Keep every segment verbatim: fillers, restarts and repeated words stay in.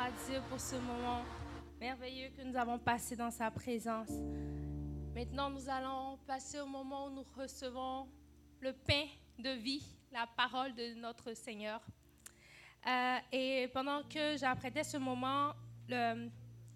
à Dieu pour ce moment merveilleux que nous avons passé dans sa présence. Maintenant, nous allons passer au moment où nous recevons le pain de vie, la parole de notre Seigneur. Euh, et pendant que j'apprêtais ce moment, le,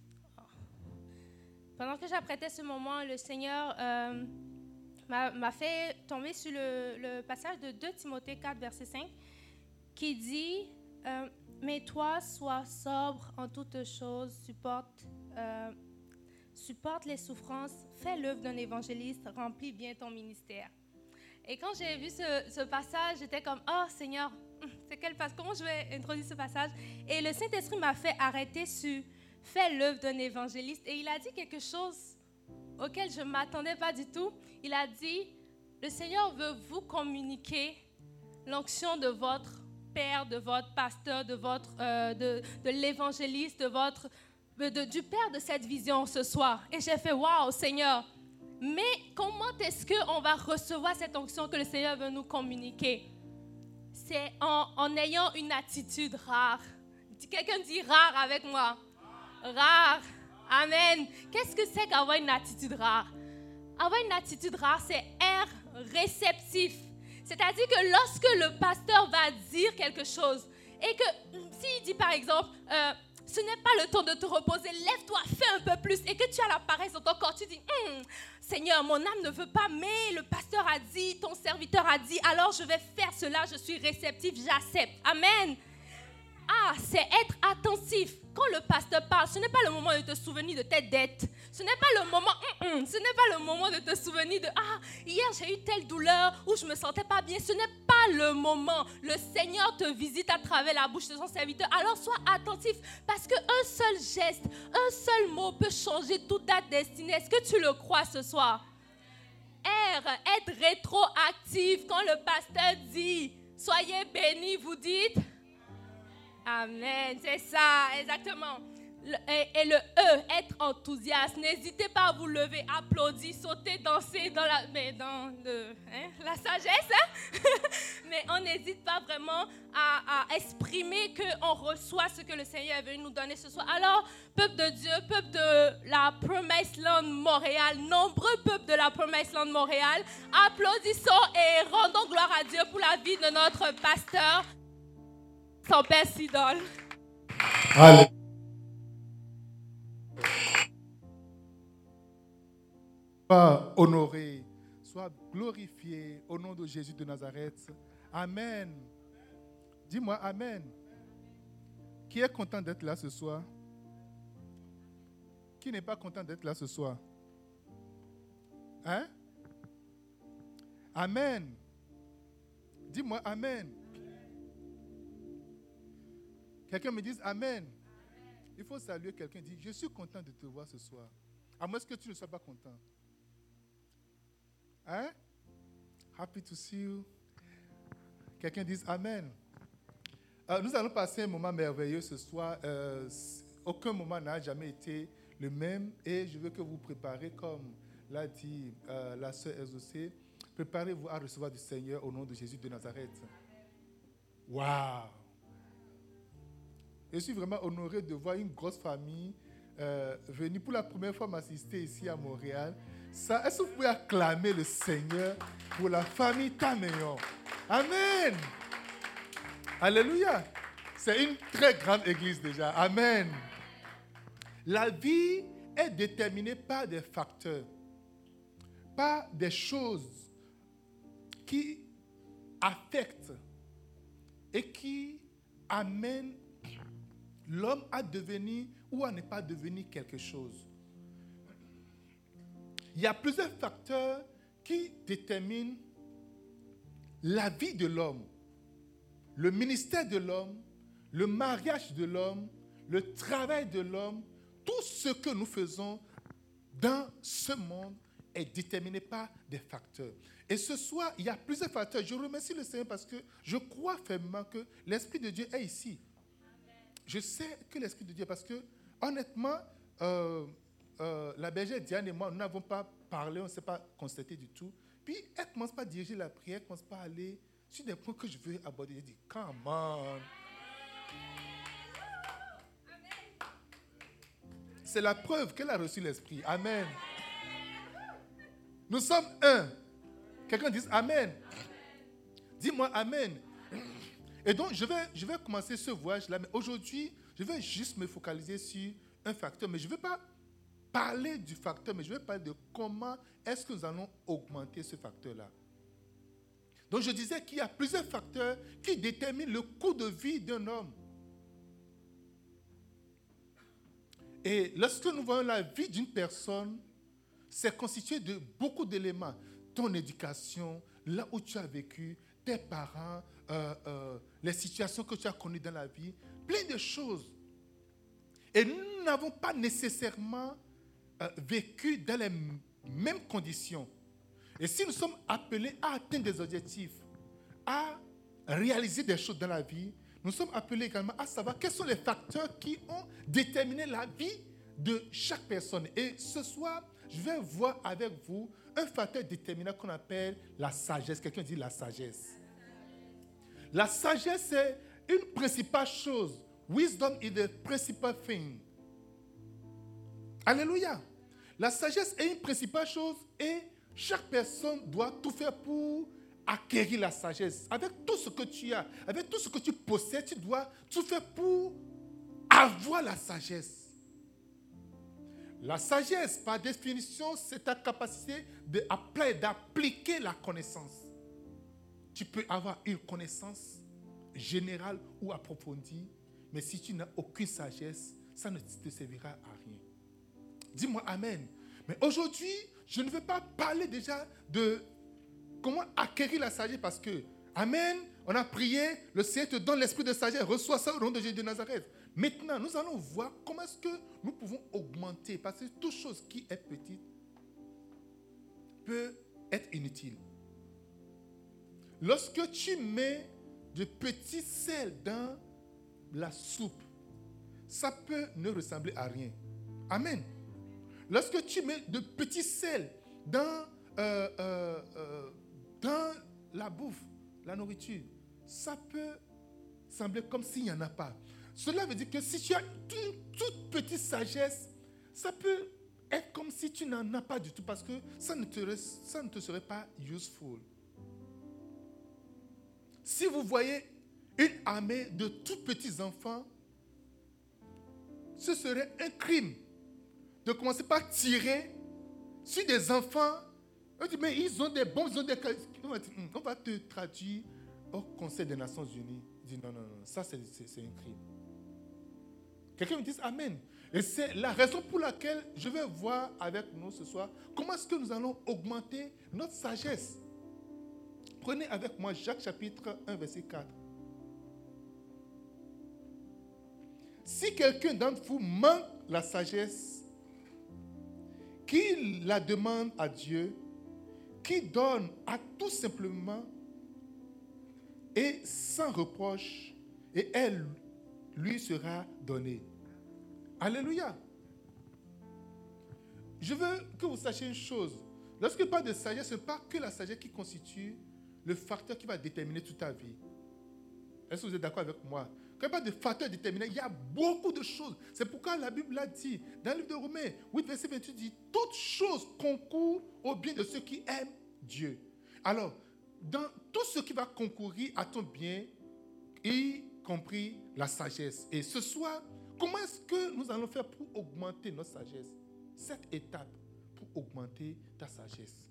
pendant que j'apprêtais ce moment, le Seigneur euh, m'a, m'a fait tomber sur le, le passage de deux Timothée quatre, verset cinq, qui dit euh, « Mais toi, sois sobre en toutes choses, supporte, euh, supporte les souffrances, fais l'œuvre d'un évangéliste, remplis bien ton ministère. » Et quand j'ai vu ce, ce passage, j'étais comme « Oh Seigneur, c'est quel passage? Comment je vais introduire ce passage ?» Et le Saint-Esprit m'a fait arrêter sur « Fais l'œuvre d'un évangéliste ». Et il a dit quelque chose auquel je ne m'attendais pas du tout. Il a dit « Le Seigneur veut vous communiquer l'onction de votre père, de votre pasteur, de, votre, euh, de, de l'évangéliste, de votre, de, du père de cette vision ce soir. » Et j'ai fait « Waouh, Seigneur !» Mais comment est-ce qu'on va recevoir cette onction que le Seigneur veut nous communiquer? C'est en, en ayant une attitude rare. Quelqu'un dit rare avec moi. Rare. Amen. Qu'est-ce que c'est qu'avoir une attitude rare? Avoir une attitude rare, c'est être réceptif. C'est-à-dire que lorsque le pasteur va dire quelque chose et que s'il dit par exemple, euh, ce n'est pas le temps de te reposer, lève-toi, fais un peu plus, et que tu as la paresse dans ton corps, tu dis, hm, Seigneur, mon âme ne veut pas, mais le pasteur a dit, ton serviteur a dit, alors je vais faire cela, je suis réceptif, j'accepte. Amen. Ah, c'est être attentif. Quand le pasteur parle, ce n'est pas le moment de te souvenir de tes dettes. Ce n'est pas le moment, mm, mm, ce n'est pas le moment de te souvenir de ah, hier j'ai eu telle douleur ou je me sentais pas bien. Ce n'est pas le moment. Le Seigneur te visite à travers la bouche de son serviteur. Alors sois attentif parce qu'un seul geste, un seul mot peut changer toute ta destinée. Est-ce que tu le crois ce soir? R, être rétroactif. Quand le pasteur dit soyez bénis, vous dites Amen, c'est ça, exactement. Le, et, et le E, être enthousiaste. N'hésitez pas à vous lever, applaudir, sauter, danser dans la, mais dans le, hein, la sagesse. Hein? Mais on n'hésite pas vraiment à, à exprimer qu'on reçoit ce que le Seigneur est venu nous donner ce soir. Alors, peuple de Dieu, peuple de la Promised Land Montréal, nombreux peuples de la Promised Land Montréal, applaudissons et rendons gloire à Dieu pour la vie de notre pasteur. Son père Sidol. Allez. Sois honoré, sois glorifié au nom de Jésus de Nazareth. Amen. Dis-moi Amen. Qui est content d'être là ce soir? Qui n'est pas content d'être là ce soir? Hein? Amen. Dis-moi Amen. Quelqu'un me dise Amen. Il faut saluer quelqu'un et dire, je suis content de te voir ce soir. À moins que tu ne sois pas content. Hein? Happy to see you. Quelqu'un dise Amen. Euh, nous allons passer un moment merveilleux ce soir. Euh, aucun moment n'a jamais été le même. Et je veux que vous préparez, comme l'a dit euh, la sœur Exaucée, préparez-vous à recevoir du Seigneur au nom de Jésus de Nazareth. Waouh! Je suis vraiment honoré de voir une grosse famille euh, venir pour la première fois m'assister ici à Montréal. Ça, est-ce que vous pouvez acclamer le Seigneur pour la famille Tameyon? Amen. Alléluia. C'est une très grande église déjà. Amen. La vie est déterminée par des facteurs, par des choses qui affectent et qui amènent l'homme à devenir ou à ne pas devenir quelque chose. Il y a plusieurs facteurs qui déterminent la vie de l'homme, le ministère de l'homme, le mariage de l'homme, le travail de l'homme. Tout ce que nous faisons dans ce monde est déterminé par des facteurs. Et ce soir, il y a plusieurs facteurs. Je remercie le Seigneur parce que je crois fermement que l'Esprit de Dieu est ici. Je sais que l'Esprit de Dieu, parce que honnêtement, euh, euh, la bergère Diane et moi, nous n'avons pas parlé, on ne s'est pas constaté du tout. Puis elle ne commence pas à diriger la prière, elle ne commence pas à aller sur des points que je veux aborder. Je dis, come on. c'est la preuve qu'elle a reçu l'Esprit. Amen. Nous sommes un. Quelqu'un dit Amen. Dis-moi Amen. Et donc, je vais, je vais commencer ce voyage-là. Mais aujourd'hui, je vais juste me focaliser sur un facteur. Mais je ne vais pas parler du facteur, mais je vais parler de comment est-ce que nous allons augmenter ce facteur-là. Donc, je disais qu'il y a plusieurs facteurs qui déterminent le coût de vie d'un homme. Et lorsque nous voyons la vie d'une personne, c'est constitué de beaucoup d'éléments. Ton éducation, là où tu as vécu, tes parents, euh, euh, les situations que tu as connues dans la vie, plein de choses. Et nous n'avons pas nécessairement euh, vécu dans les m- mêmes conditions. Et si nous sommes appelés à atteindre des objectifs, à réaliser des choses dans la vie, nous sommes appelés également à savoir quels sont les facteurs qui ont déterminé la vie de chaque personne. Et ce soir, je vais voir avec vous un facteur déterminant qu'on appelle la sagesse. Quelqu'un dit la sagesse. La sagesse, c'est une principale chose. Wisdom is the principal thing. Alléluia. La sagesse est une principale chose et chaque personne doit tout faire pour acquérir la sagesse. Avec tout ce que tu as, avec tout ce que tu possèdes, tu dois tout faire pour avoir la sagesse. La sagesse, par définition, c'est ta capacité d'appliquer la connaissance. Tu peux avoir une connaissance générale ou approfondie, mais si tu n'as aucune sagesse, ça ne te servira à rien. Dis-moi Amen. Mais aujourd'hui, je ne veux pas parler déjà de comment acquérir la sagesse parce que, Amen, on a prié, le Seigneur te donne l'esprit de sagesse, reçois ça au nom de Jésus de Nazareth. Maintenant, nous allons voir comment est-ce que nous pouvons augmenter, parce que toute chose qui est petite peut être inutile. Lorsque tu mets de petits sels dans la soupe, ça peut ne ressembler à rien. Amen. Lorsque tu mets de petits sels dans, euh, euh, euh, dans la bouffe, la nourriture, ça peut sembler comme s'il n'y en a pas. Cela veut dire que si tu as une toute petite sagesse, ça peut être comme si tu n'en as pas du tout parce que ça ne te, ça ne te serait pas useful. Si vous voyez une armée de tout petits enfants, ce serait un crime de commencer par tirer sur des enfants. On dit, mais ils ont des bombes, ils ont des... On va te traduire au Conseil des Nations Unies. Il dit, non, non, non, ça c'est, c'est, c'est un crime. Quelqu'un me dit Amen. Et c'est la raison pour laquelle je vais voir avec nous ce soir comment est-ce que nous allons augmenter notre sagesse. Prenez avec moi Jacques chapitre un, verset quatre. Si quelqu'un d'entre vous manque la sagesse, qu'il la demande à Dieu, qui donne à tout simplement et sans reproche, et elle lui sera donnée. Alléluia. Je veux que vous sachiez une chose. Lorsque je parle de sagesse, ce n'est pas que la sagesse qui constitue le facteur qui va déterminer toute ta vie. Est-ce que vous êtes d'accord avec moi? Quand je parle de facteur déterminant, il y a beaucoup de choses. C'est pourquoi la Bible l'a dit. Dans le livre de Romains, huit, verset vingt-huit, dit « Toutes choses concourent au bien de ceux qui aiment Dieu. » Alors, dans tout ce qui va concourir à ton bien, y compris la sagesse. Et ce soir, comment est-ce que nous allons faire pour augmenter notre sagesse? Cette étape pour augmenter ta sagesse.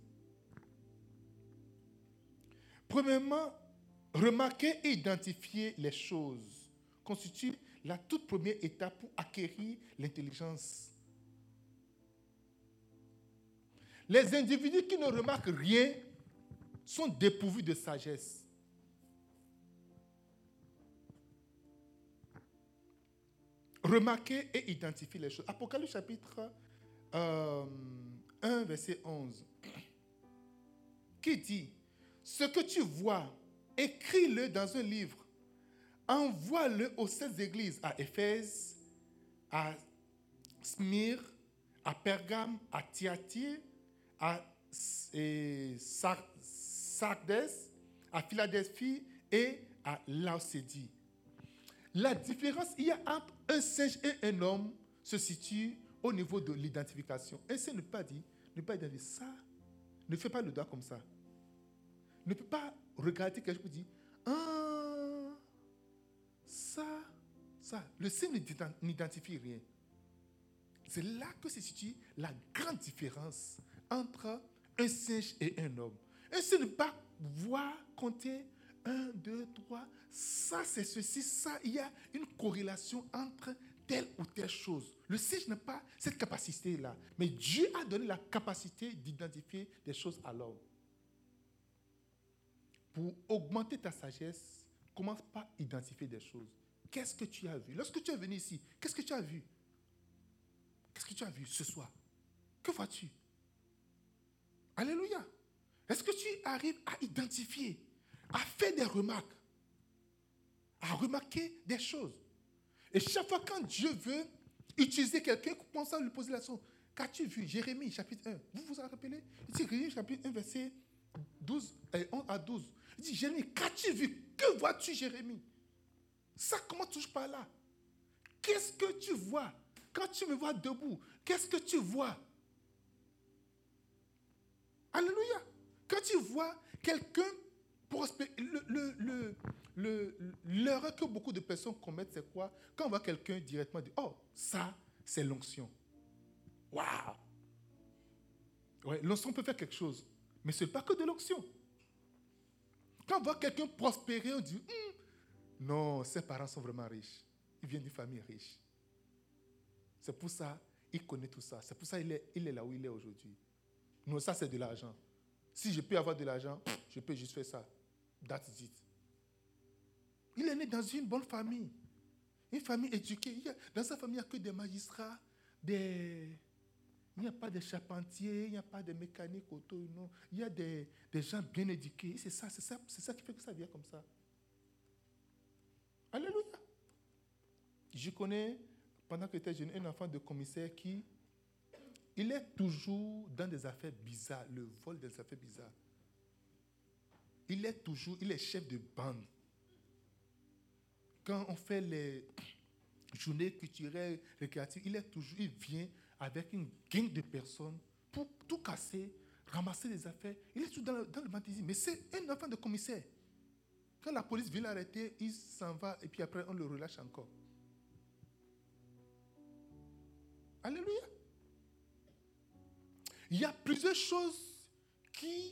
Premièrement, remarquer et identifier les choses constitue la toute première étape pour acquérir l'intelligence. Les individus qui ne remarquent rien sont dépourvus de sagesse. Remarquer et identifier les choses. Apocalypse chapitre euh, un, verset onze, qui dit « Ce que tu vois, écris-le dans un livre, envoie-le aux sept églises, à Éphèse, à Smyrne, à Pergame, à Thyatire, à Sardis, à Philadelphie et à Laodicée. » La différence qu'il y a entre un singe et un homme se situe au niveau de l'identification. Essaie de ne pas dire, ne pas dire ça, ne fais pas le doigt comme ça. Ne peut pas regarder quelque chose et dire, ah, ça, ça. Le signe n'identifie rien. C'est là que se situe la grande différence entre un singe et un homme. Un singe ne peut pas voir, compter, un, deux, trois, ça c'est ceci, ça, il y a une corrélation entre telle ou telle chose. Le singe n'a pas cette capacité-là. Mais Dieu a donné la capacité d'identifier des choses à l'homme. Pour augmenter ta sagesse, commence par identifier des choses. Qu'est-ce que tu as vu? Lorsque tu es venu ici, qu'est-ce que tu as vu? Qu'est-ce que tu as vu ce soir? Que vois-tu? Alléluia. Est-ce que tu arrives à identifier, à faire des remarques, à remarquer des choses? Et chaque fois quand Dieu veut utiliser quelqu'un, commence à lui poser la question. Qu'as-tu vu? Jérémie, chapitre un. Vous vous en rappelez? Il dit, Jérémie, chapitre un, verset douze, onze à douze. Il dit, Jérémie, qu'as-tu vu? Que vois-tu, Jérémie? Ça commence toujours par là. Qu'est-ce que tu vois? Quand tu me vois debout, qu'est-ce que tu vois? Alléluia. Quand tu vois quelqu'un prospérer, le, le, le, le, l'erreur que beaucoup de personnes commettent, c'est quoi? Quand on voit quelqu'un directement dire, oh, ça, c'est l'onction. Waouh! Ouais, l'onction peut faire quelque chose, mais ce n'est pas que de l'onction. Quand on voit quelqu'un prospérer, on dit, hm, non, ses parents sont vraiment riches. Il vient d'une famille riche. C'est pour ça qu'il connaît tout ça. C'est pour ça qu'il est, il est là où il est aujourd'hui. Non, ça, c'est de l'argent. Si je peux avoir de l'argent, je peux juste faire ça. That's it. Il est né dans une bonne famille. Une famille éduquée. Il y a, dans sa famille, il n'y a que des magistrats, des... il n'y a pas de charpentiers, il n'y a pas de mécaniques auto, non. Il y a des, des gens bien éduqués. C'est ça, c'est ça, c'est ça qui fait que ça vient comme ça. Alléluia. Je connais, pendant que j'étais jeune, un enfant de commissaire qui, il est toujours dans des affaires bizarres, le vol des affaires bizarres. Il est toujours, il est chef de bande. Quand on fait les journées culturelles, récréatives, il est toujours, il vient avec une gang de personnes pour tout casser, ramasser des affaires. Il est toujours dans le, dans le banditisme. Mais c'est un enfant de commissaire. Quand la police vient l'arrêter, il s'en va et puis après on le relâche encore. Alléluia. Il y a plusieurs choses qui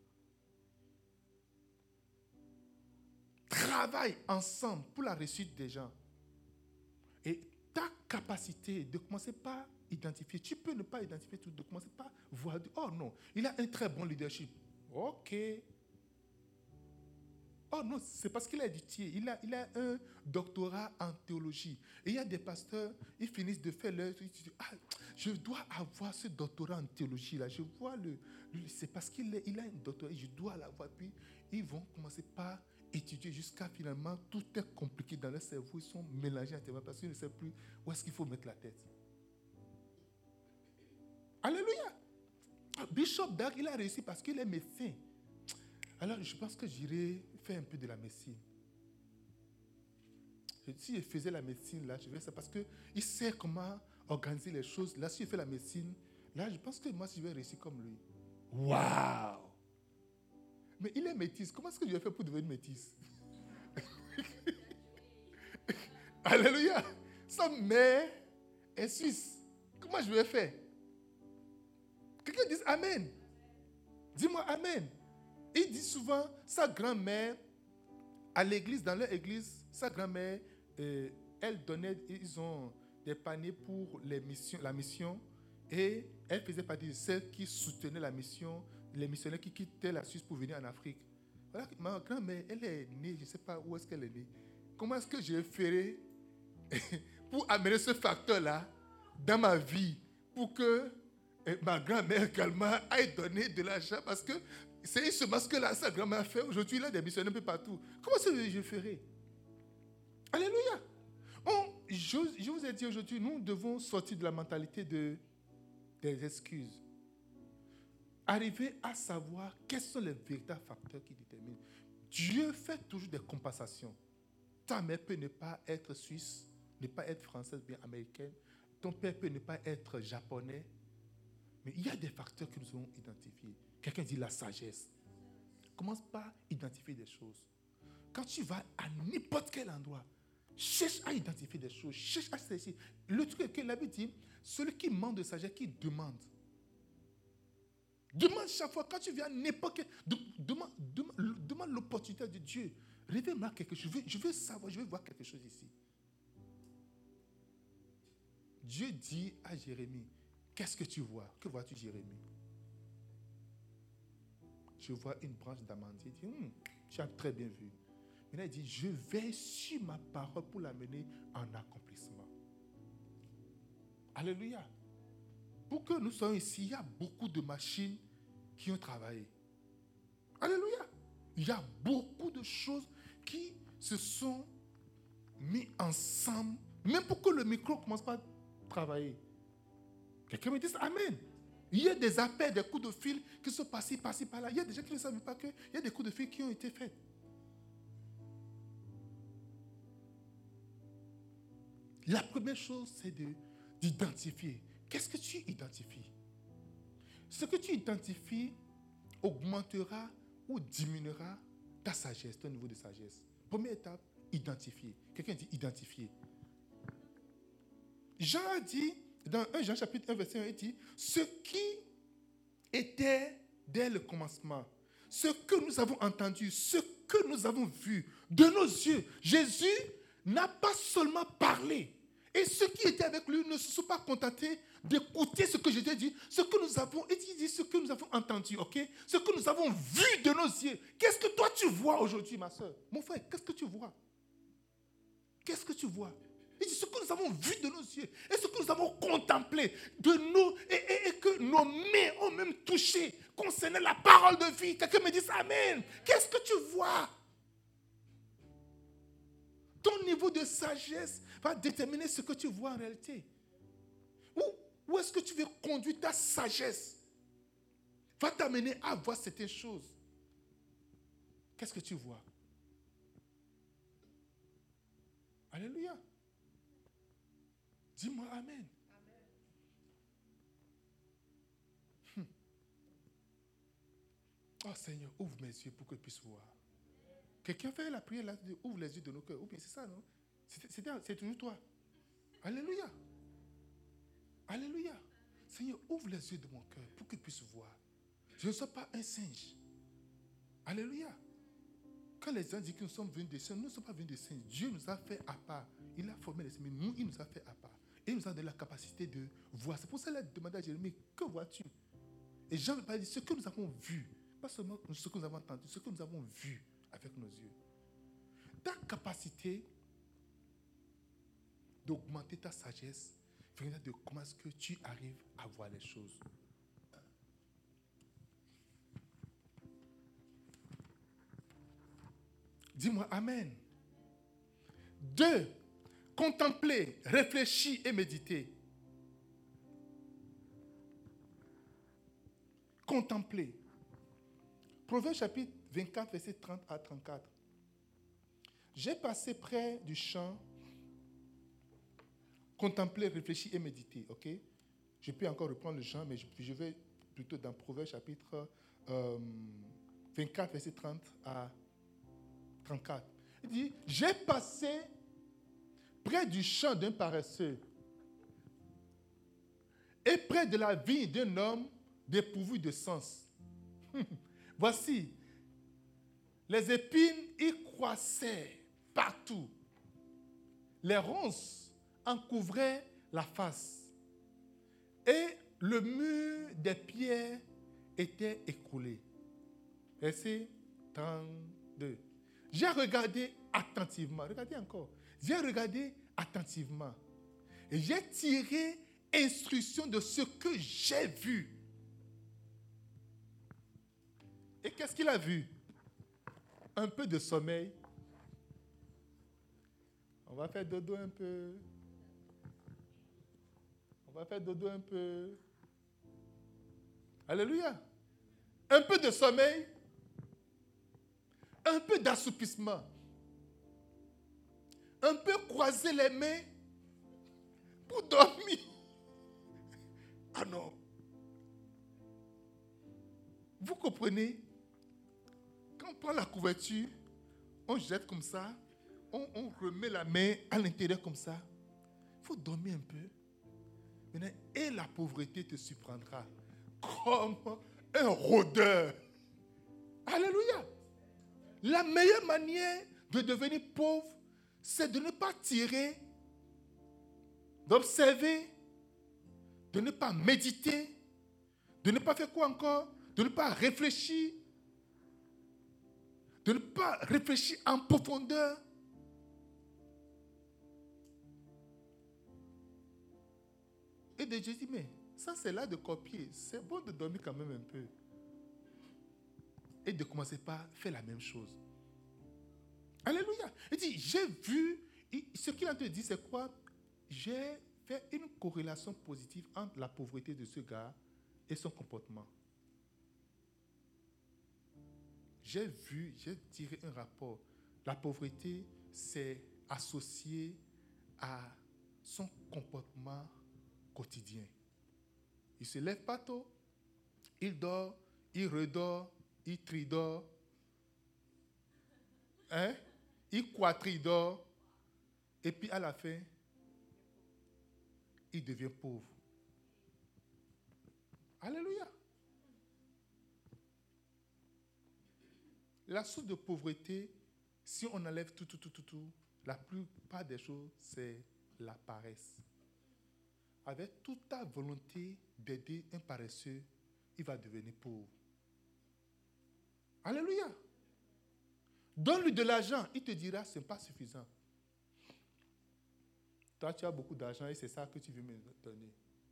travaillent ensemble pour la réussite des gens. Et ta capacité de commencer par identifier, tu peux ne pas identifier tout, de commencer par voir, oh non, il a un très bon leadership. Ok. Oh non, c'est parce qu'il a étudié. Il a, il a un doctorat en théologie. Et il y a des pasteurs, ils finissent de faire leur... Ils disent, ah, je dois avoir ce doctorat en théologie là. Je vois le... le c'est parce qu'il est, il a un doctorat, je dois l'avoir. Puis ils vont commencer par étudier jusqu'à finalement, tout est compliqué dans leur cerveau. Ils sont mélangés à parce qu'ils ne savent plus où est-ce qu'il faut mettre la tête. Alléluia. Bishop Dag, il a réussi parce qu'il est médecin. Alors, je pense que j'irai faire un peu de la médecine. Si je faisais la médecine, là, je vais ça parce qu'il sait comment organiser les choses. Là, si je fais la médecine, là, je pense que moi, je vais réussir comme lui. Waouh! Mais il est métis. Comment est-ce que je vais faire pour devenir métis? Alléluia! Sa mère est suisse. Comment je vais faire? Quelqu'un dit Amen. Dis-moi Amen. Il dit souvent, sa grand-mère, à l'église, dans leur église, sa grand-mère, euh, elle donnait, ils ont des paniers pour les missions, la mission, et elle faisait partie de celles qui soutenaient la mission, les missionnaires qui quittaient la Suisse pour venir en Afrique. Voilà, ma grand-mère, elle est née, je ne sais pas où est-ce qu'elle est née. Comment est-ce que je ferai pour amener ce facteur-là dans ma vie, pour que euh, ma grand-mère également aille donner de l'argent, parce que c'est ce que là, sa grand-mère a fait. Aujourd'hui, il y a des missionnaires un peu partout. Comment est-ce que je ferai? Alléluia. On, je, je vous ai dit aujourd'hui, nous devons sortir de la mentalité de, des excuses. Arriver à savoir quels sont les véritables facteurs qui déterminent. Dieu fait toujours des compensations. Ta mère peut ne pas être suisse, ne pas être française, bien américaine. ton père peut ne pas être japonais, mais il y a des facteurs que nous avons identifiés. Quelqu'un dit la sagesse. Commence par identifier des choses. Quand tu vas à n'importe quel endroit, cherche à identifier des choses, cherche à chercher. Le truc que la Bible dit, celui qui manque de sagesse, qui demande. Demande chaque fois, quand tu viens à n'importe quel... Demande, demande, demande l'opportunité de Dieu. Révèle-moi quelque chose. Je veux, je veux savoir, je veux voir quelque chose ici. Dieu dit à Jérémie, qu'est-ce que tu vois? Que vois-tu, Jérémie? Je vois une branche d'amandier. Il dit, hm, tu as très bien vu. Maintenant, il dit, je vais sur ma parole pour l'amener en accomplissement. Alléluia. Pour que nous soyons ici, il y a beaucoup de machines qui ont travaillé. Alléluia. Il y a beaucoup de choses qui se sont mises ensemble, même pour que le micro ne commence pas à travailler. Quelqu'un me dit Amen. Il y a des appels, des coups de fil qui sont passés par-ci, par-là. Il y a des gens qui ne savent pas qu'il y a des coups de fil qui ont été faits. La première chose, c'est de, d'identifier. Qu'est-ce que tu identifies? Ce que tu identifies augmentera ou diminuera ta sagesse, ton niveau de sagesse. Première étape, identifier. Quelqu'un dit identifier. Jean a dit, dans un Jean chapitre un, verset un, il dit, ce qui était dès le commencement, ce que nous avons entendu, ce que nous avons vu de nos yeux, Jésus n'a pas seulement parlé. Et ceux qui étaient avec lui ne se sont pas contentés d'écouter ce que je t'ai dit, ce que nous avons, et il dit ce que nous avons entendu, ok? Ce que nous avons vu de nos yeux. Qu'est-ce que toi tu vois aujourd'hui, ma soeur? Mon frère, qu'est-ce que tu vois? Qu'est-ce que tu vois? Il dit ce que nous avons vu de nos yeux et ce que nous avons contemplé de nous et, et, et que nos mains ont même touché concernant la parole de vie. Quelqu'un me dit Amen. Qu'est-ce que tu vois? Ton niveau de sagesse va déterminer ce que tu vois en réalité. Où, où est-ce que tu veux conduire ta sagesse? Va t'amener à voir certaines choses. Qu'est-ce que tu vois? Alléluia. Dis-moi Amen. Amen. Hum. Oh Seigneur, ouvre mes yeux pour que je puisse voir. Quelqu'un fait la prière là, de ouvre les yeux de nos cœurs. Ou bien c'est ça, non? C'est, c'est, c'est toujours toi. Alléluia. Alléluia. Seigneur, ouvre les yeux de mon cœur pour que je puisse voir. Je ne sois pas un singe. Alléluia. Quand les gens disent que nous sommes venus des singes, nous ne sommes pas venus des singes. Dieu nous a fait à part. Il a formé les singes, mais nous, il nous a fait à part. Et il nous a donné la capacité de voir. C'est pour ça qu'il a demandé à Jérémie, que vois-tu? Et Jean va dire, ce que nous avons vu, pas seulement ce que nous avons entendu, ce que nous avons vu avec nos yeux. Ta capacité d'augmenter ta sagesse viendra de comment est-ce que tu arrives à voir les choses. Dis-moi Amen. Deux, contempler, réfléchir et méditer. Contempler. Proverbe chapitre vingt-quatre, verset trente à trente-quatre. J'ai passé près du champ, contempler, réfléchir et méditer. Ok? Je peux encore reprendre le champ, mais je, je vais plutôt dans Proverbe chapitre euh, vingt-quatre, verset trente à trente-quatre. Il dit, j'ai passé près du champ d'un paresseux et près de la vigne d'un homme dépourvu de sens. Voici, les épines y croissaient partout. Les ronces en couvraient la face. Et le mur des pierres était écroulé. Verset trente-deux. J'ai regardé attentivement. Regardez encore. J'ai regardé attentivement. Et j'ai tiré instruction de ce que j'ai vu. Et qu'est-ce qu'il a vu? Un peu de sommeil. On va faire dodo un peu. On va faire dodo un peu. Alléluia. Un peu de sommeil. Un peu d'assoupissement. Un peu croiser les mains pour dormir. comprenez, quand on prend la couverture, on jette comme ça, on, on remet la main à l'intérieur comme ça. Il faut dormir un peu. Maintenant, et la pauvreté te surprendra comme un rôdeur. Alléluia. La meilleure manière de devenir pauvre, c'est de ne pas tirer, d'observer, de ne pas méditer, de ne pas faire quoi encore? De ne pas réfléchir, de ne pas réfléchir en profondeur. Et de Jésus, mais ça c'est là de copier. C'est bon de dormir quand même un peu. Et de commencer par faire la même chose. Alléluia. Il dit, j'ai vu, ce qu'il a dit, c'est quoi? J'ai fait une corrélation positive entre la pauvreté de ce gars et son comportement. J'ai vu, j'ai tiré un rapport. La pauvreté, c'est associé à son comportement quotidien. Il ne se lève pas tôt, il dort, il redort, il tridore, hein? Il quadridore, et puis à la fin, il devient pauvre. Alléluia. La source de pauvreté, si on enlève tout, tout, tout, tout, tout, la plupart des choses, c'est la paresse. Avec toute ta volonté d'aider un paresseux, il va devenir pauvre. Alléluia. Donne-lui de l'argent, il te dira, ce n'est pas suffisant. Toi, tu as beaucoup d'argent et c'est ça que tu veux me donner.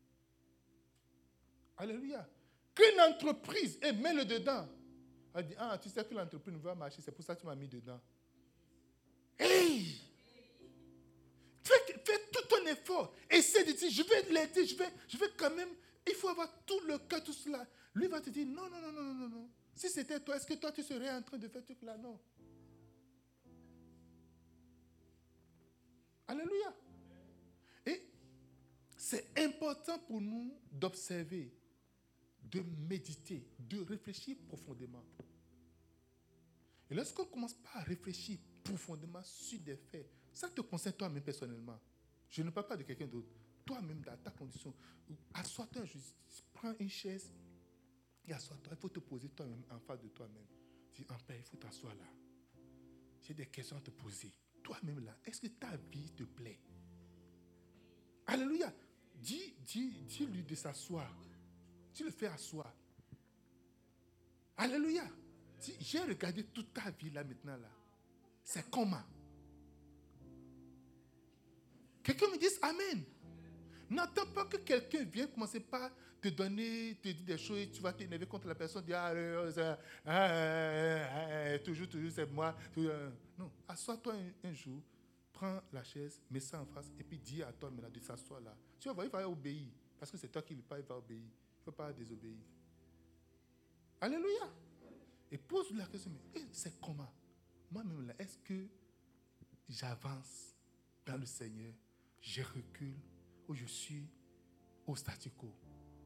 Alléluia. Crée une entreprise et mets-le dedans. Elle dit, ah, tu sais que l'entreprise ne va marcher, c'est pour ça que tu m'as mis dedans. Hey! Fais, fais tout ton effort. Essaie de dire, je vais l'aider, je vais, je vais quand même, il faut avoir tout le cœur, tout cela. Lui va te dire, non, non, non, non, non, non. Si c'était toi, est-ce que toi, tu serais en train de faire tout cela? Non. Alléluia. Et c'est important pour nous d'observer, de méditer, de réfléchir profondément. Et lorsqu'on commence pas à réfléchir profondément sur des faits, ça te concerne toi-même personnellement. Je ne parle pas de quelqu'un d'autre. Toi-même, dans ta condition, assois-toi, prends une chaise et assois-toi. Il faut te poser toi-même en face de toi-même. Dis, en paix, il faut t'asseoir là. J'ai des questions à te poser. Toi-même là, est-ce que ta vie te plaît? Alléluia. Dis, dis, dis-lui de s'asseoir. Tu le fais asseoir. Alléluia. Dis, j'ai regardé toute ta vie là maintenant là. C'est comment? Quelqu'un me dise Amen. N'attends pas que quelqu'un vienne commencer par te donner, te dire des choses et tu vas t'énerver contre la personne, dire ah, euh, ah, ah, ah, toujours, toujours, c'est moi. Non, assois-toi un, un jour, prends la chaise, mets ça en face et puis dis à toi maintenant de s'asseoir là. Tu vas voir, il va obéir parce que c'est toi qui lui parles, il va obéir. Il ne faut pas désobéir. Alléluia. Et pose la question, mais c'est comment? Moi-même là, est-ce que j'avance dans le Seigneur, je recule ou je suis au statu quo?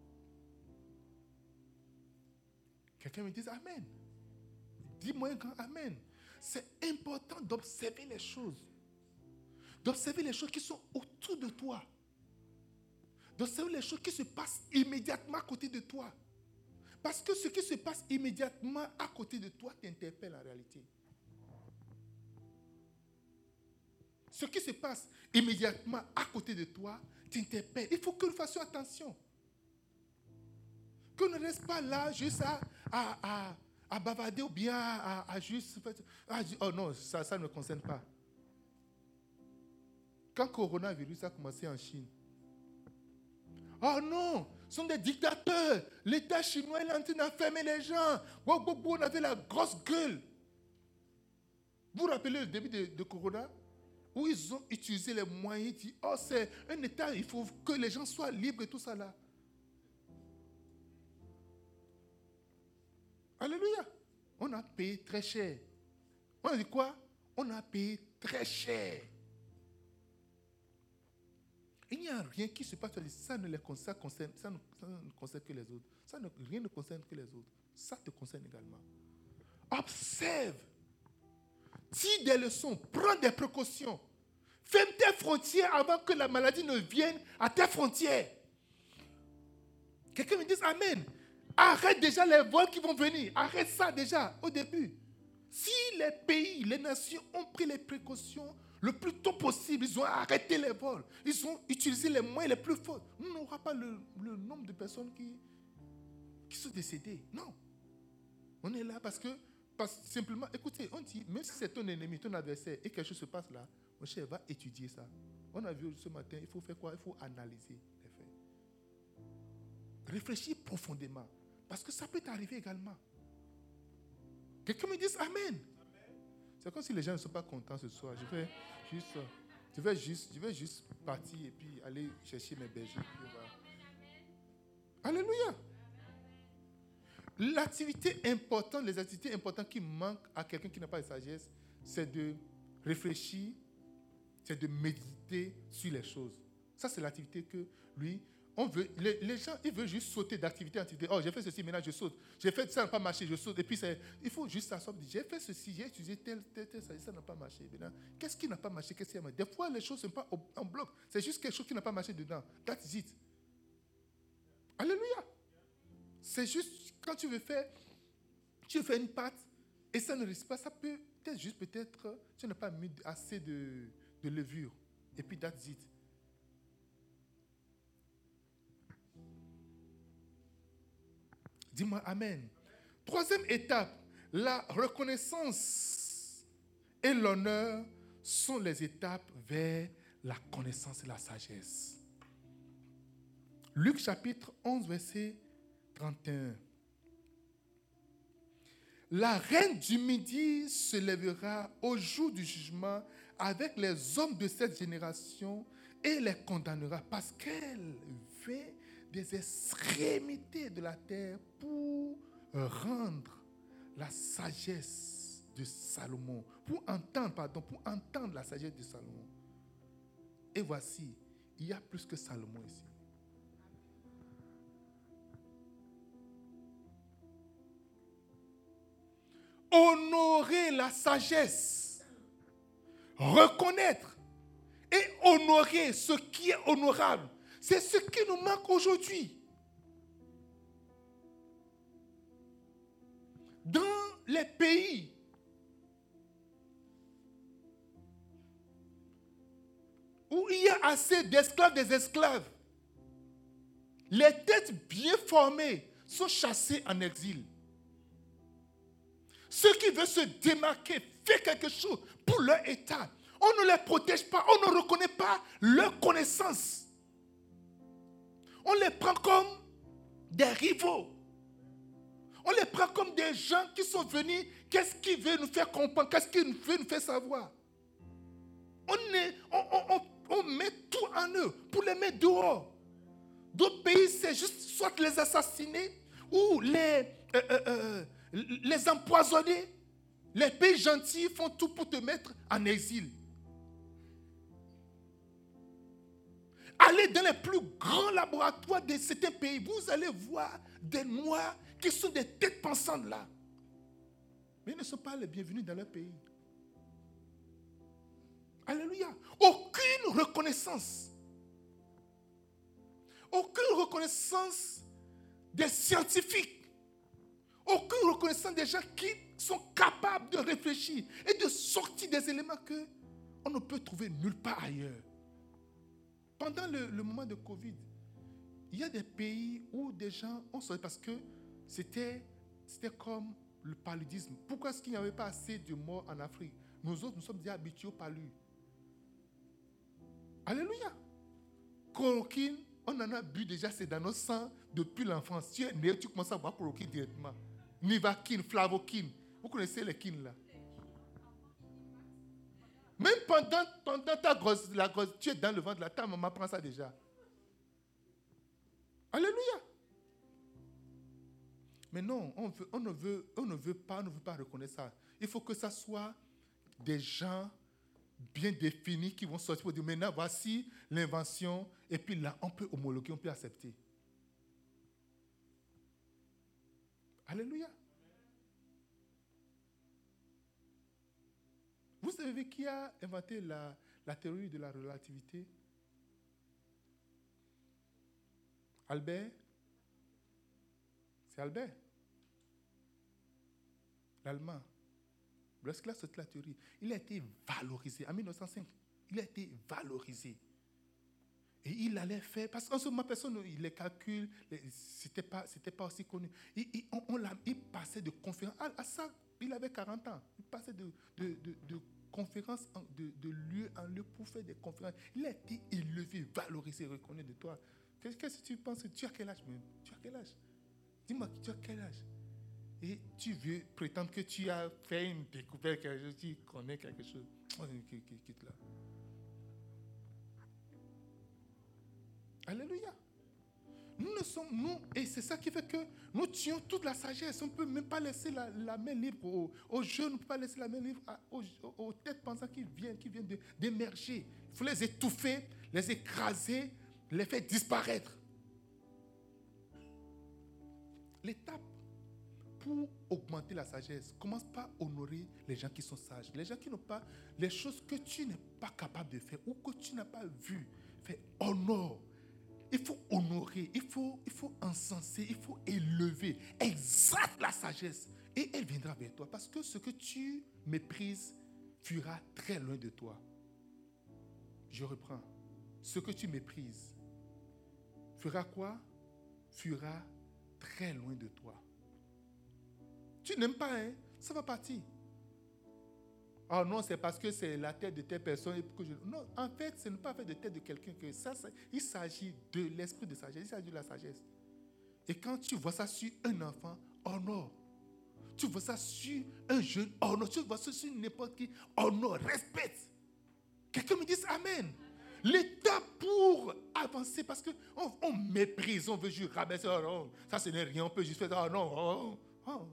Quelqu'un me dit Amen. Dis-moi un grand Amen. C'est important d'observer les choses. D'observer les choses qui sont autour de toi. D'observer les choses qui se passent immédiatement à côté de toi. Parce que ce qui se passe immédiatement à côté de toi t'interpelle en réalité. Ce qui se passe immédiatement à côté de toi t'interpelle. Il faut que nous fassions attention. Qu'on ne reste pas là juste à, à, à, à bavarder ou bien à, à juste... À, oh non, ça, ça ne me concerne pas. Quand le coronavirus a commencé en Chine, oh non, ce sont des dictateurs. L'État chinois est en train d'enfermer les gens. Wow, wow, wow, on avait la grosse gueule. Vous vous rappelez le début de, de Corona? Où ils ont utilisé les moyens, ils disent, oh c'est un État, il faut que les gens soient libres et tout ça là. Alléluia. On a payé très cher. On a dit quoi? On a payé très cher. Il n'y a rien qui se passe. Ça ne les concerne, concerne, ça ne, ça ne concerne que les autres. Ça ne, rien ne concerne que les autres. Ça te concerne également. Observe. Tire des leçons. Prends des précautions. Ferme tes frontières avant que la maladie ne vienne à tes frontières. Quelqu'un me dit Amen. Arrête déjà les vols qui vont venir. Arrête ça déjà au début. Si les pays, les nations ont pris les précautions le plus tôt possible, ils ont arrêté les vols, ils ont utilisé les moyens les plus forts, nous n'aurons pas le, le nombre de personnes qui, qui sont décédées. Non. On est là parce que, parce, simplement, écoutez, on dit, même si c'est ton ennemi, ton adversaire, et quelque chose se passe là, mon cher, va étudier ça. On a vu ce matin, il faut faire quoi? Il faut analyser les faits. Réfléchir profondément. Parce que ça peut t'arriver également. Quelqu'un me dit Amen. Amen. C'est comme si les gens ne sont pas contents ce soir. Je vais juste, je vais juste, je vais juste partir et puis aller chercher mes bergers. Alléluia. L'activité importante, les activités importantes qui manquent à quelqu'un qui n'a pas de sagesse, c'est de réfléchir, c'est de méditer sur les choses. Ça, c'est l'activité que lui... On veut, les, les gens, ils veulent juste sauter d'activité en activité. Oh, j'ai fait ceci, maintenant je saute. J'ai fait ça, ça n'a pas marché, je saute. Et puis, c'est, il faut juste s'asseoir. J'ai fait ceci, j'ai utilisé tel, tel, tel, ça, ça n'a pas marché. Maintenant, qu'est-ce qui n'a pas marché? Qu'est-ce qui a marché? Des fois, les choses ne sont pas en bloc. C'est juste quelque chose qui n'a pas marché dedans. That's it. Alléluia. C'est juste, quand tu veux faire, tu veux faire une pâte et ça ne risque pas, ça peut être juste peut-être, tu n'as pas mis assez de, de levure. Et puis, that's it. Dis-moi Amen. Amen. Troisième étape, la reconnaissance et l'honneur sont les étapes vers la connaissance et la sagesse. Luc chapitre onze, verset trente et un. La reine du Midi se lèvera au jour du jugement avec les hommes de cette génération et les condamnera parce qu'elle fait des extrémités de la terre pour rendre la sagesse de Salomon, pour entendre, pardon, pour entendre la sagesse de Salomon. Et voici, il y a plus que Salomon ici. Honorer la sagesse, reconnaître et honorer ce qui est honorable. C'est ce qui nous manque aujourd'hui. Dans les pays où il y a assez d'esclaves des esclaves, les têtes bien formées sont chassées en exil. Ceux qui veulent se démarquer, faire quelque chose pour leur État, on ne les protège pas, on ne reconnaît pas leur connaissance. On les prend comme des rivaux. On les prend comme des gens qui sont venus. Qu'est-ce qu'ils veulent nous faire comprendre? Qu'est-ce qu'ils veulent nous faire savoir? On, est, on, on, on, on met tout en eux pour les mettre dehors. D'autres pays, c'est juste soit les assassiner ou les, euh, euh, euh, les empoisonner. Les pays gentils font tout pour te mettre en exil. Allez dans les plus grands laboratoires de certains pays, vous allez voir des Noirs qui sont des têtes pensantes là. Mais ils ne sont pas les bienvenus dans leur pays. Alléluia. Aucune reconnaissance. Aucune reconnaissance des scientifiques. Aucune reconnaissance des gens qui sont capables de réfléchir et de sortir des éléments qu'on ne peut trouver nulle part ailleurs. Pendant le, le moment de Covid, il y a des pays où des gens ont sorti parce que c'était, c'était comme le paludisme. Pourquoi est-ce qu'il n'y avait pas assez de morts en Afrique? Nous autres, nous sommes déjà habitués au palud. Alléluia. Chloroquine, on en a bu déjà, c'est dans nos sangs depuis l'enfance. Tu es né, tu commences à boire chloroquine directement. Nivaquine, flavoquine. Vous connaissez les quines là? Même pendant, pendant ta grosse, la grosse, tu es dans le ventre de la ta maman prend ça déjà. Alléluia. Mais non, on, veut, on, ne veut, on ne veut pas, on ne veut pas reconnaître ça. Il faut que ça soit des gens bien définis qui vont sortir pour dire maintenant voici l'invention et puis là on peut homologuer, on peut accepter. Alléluia. Vous savez qui a inventé la, la théorie de la relativité? Albert? C'est Albert. L'Allemand. Lorsqu'il a sorti la théorie, il a été valorisé. En mille neuf cent cinq, il a été valorisé. Et il allait faire, parce qu'en ce moment, personne, les calculs, ce n'était pas, c'était pas aussi connu. Il, il, on, on il passait de conférences. À, à ça, il avait quarante ans. Il passait de, de, de, de conférences, en, de, de lieu en lieu pour faire des conférences. Il a été élevé, valorisé, reconnu de toi. Qu'est-ce que tu penses? Tu as quel âge même? Tu as quel âge? Dis-moi, tu as quel âge? Et tu veux prétendre que tu as fait une découverte, quelque chose, tu connais quelque chose. Quitte là. Alléluia. Nous ne sommes, nous, et c'est ça qui fait que nous tuons toute la sagesse. On ne peut même pas laisser la, la main libre aux, aux jeunes, on ne peut pas laisser la main libre à, aux, aux têtes pensantes qui viennent, qui viennent de, d'émerger. Il faut les étouffer, les écraser, les faire disparaître. L'étape pour augmenter la sagesse, commence par honorer les gens qui sont sages. Les gens qui n'ont pas les choses que tu n'es pas capable de faire ou que tu n'as pas vu. Fais honore. Il faut honorer, il faut, il faut encenser, il faut élever. Exalte la sagesse et elle viendra vers toi. Parce que ce que tu méprises fuira très loin de toi. Je reprends. Ce que tu méprises fera quoi? Fuira très loin de toi. Tu n'aimes pas, hein? Ça va partir. Oh non, c'est parce que c'est la tête de telle personne. Que je... Non, en fait, ce n'est pas fait de tête de quelqu'un que ça, ça. Il s'agit de l'esprit de sagesse. Il s'agit de la sagesse. Et quand tu vois ça sur un enfant, honore. Tu vois ça sur un jeune, honore. Tu vois ça sur n'importe qui, honore, respecte. Quelqu'un me dit Amen. L'étape pour avancer, parce qu'on on méprise, on veut juste rabaisser. Oh non, ça ce n'est rien, on peut juste faire. Oh non, oh, oh.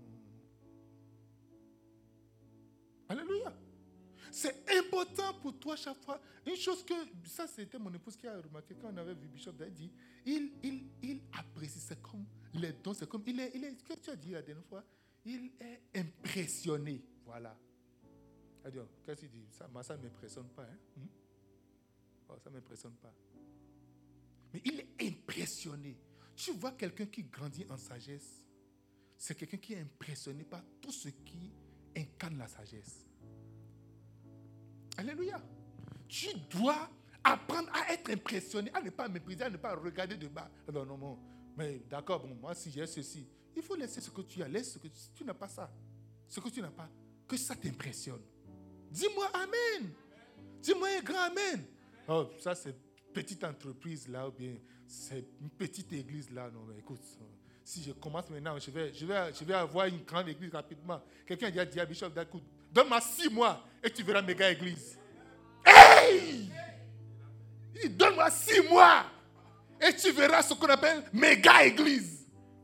Alléluia. C'est important pour toi chaque fois. Une chose que, ça c'était mon épouse qui a remarqué quand on avait vu Bishop, elle dit, il, il, il apprécie, c'est comme les dons, c'est comme, il est, il est, ce que tu as dit la dernière fois, il est impressionné. Voilà. Elle dit, oh, qu'est-ce qu'il dit? Ça ne m'impressionne pas. Hein? Hmm? Oh, ça ne m'impressionne pas. Mais il est impressionné. Tu vois quelqu'un qui grandit en sagesse, c'est quelqu'un qui est impressionné par tout ce qui incarne la sagesse. Alléluia. Tu dois apprendre à être impressionné, à ne pas mépriser, à ne pas regarder de bas. Non, non, non. Mais d'accord, bon, moi, si j'ai ceci, il faut laisser ce que tu as. Laisse ce que tu, tu n'as pas ça. Ce que tu n'as pas, que ça t'impressionne. Dis-moi Amen. Dis-moi un grand Amen. Oh, ça, c'est une petite entreprise là, ou bien c'est une petite église là. Non, mais écoute. Si je commence maintenant, je vais, je vais, je vais avoir une grande église rapidement. Quelqu'un a dit à Bishop, écoute, donne-moi six mois et tu verras méga église. Hey! Il dit, donne-moi six mois et tu verras ce qu'on appelle méga église.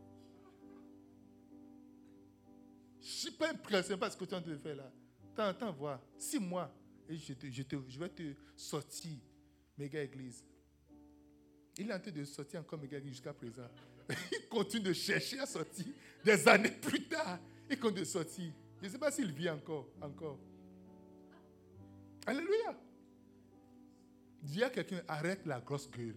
Je ne suis pas impressionné par ce que tu es en train de faire là. Attends, attends, voir. Six mois et je, te, je, te, je vais te sortir méga église. Il est en train de sortir encore méga église jusqu'à présent. Il continue de chercher à sortir des années plus tard. Il continue de sortir. Je ne sais pas s'il vit encore. encore. Alléluia. Dis à quelqu'un, arrête la grosse gueule.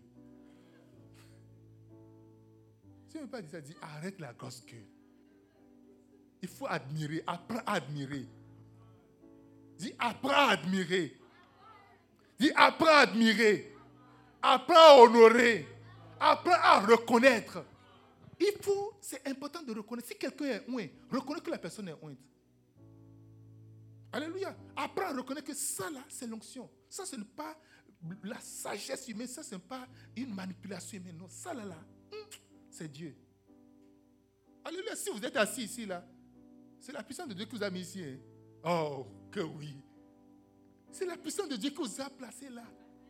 Si tu ne veux pas dire ça, dis arrête la grosse gueule. Il faut admirer, apprends à admirer. Dis apprends à admirer. Dis apprends à admirer. Apprends à honorer. Apprends à reconnaître. Il faut, c'est important de reconnaître. Si quelqu'un est oint, reconnais que la personne est ointe. Alléluia. Apprends à reconnaître que ça là, c'est l'onction. Ça, ce n'est pas la sagesse humaine. Ça, ce n'est pas une manipulation humaine. Non, ça là, là c'est Dieu. Alléluia. Si vous êtes assis ici, là, c'est la puissance de Dieu qui vous a mis ici. Hein? Oh, que oui. C'est la puissance de Dieu qui vous a placé là.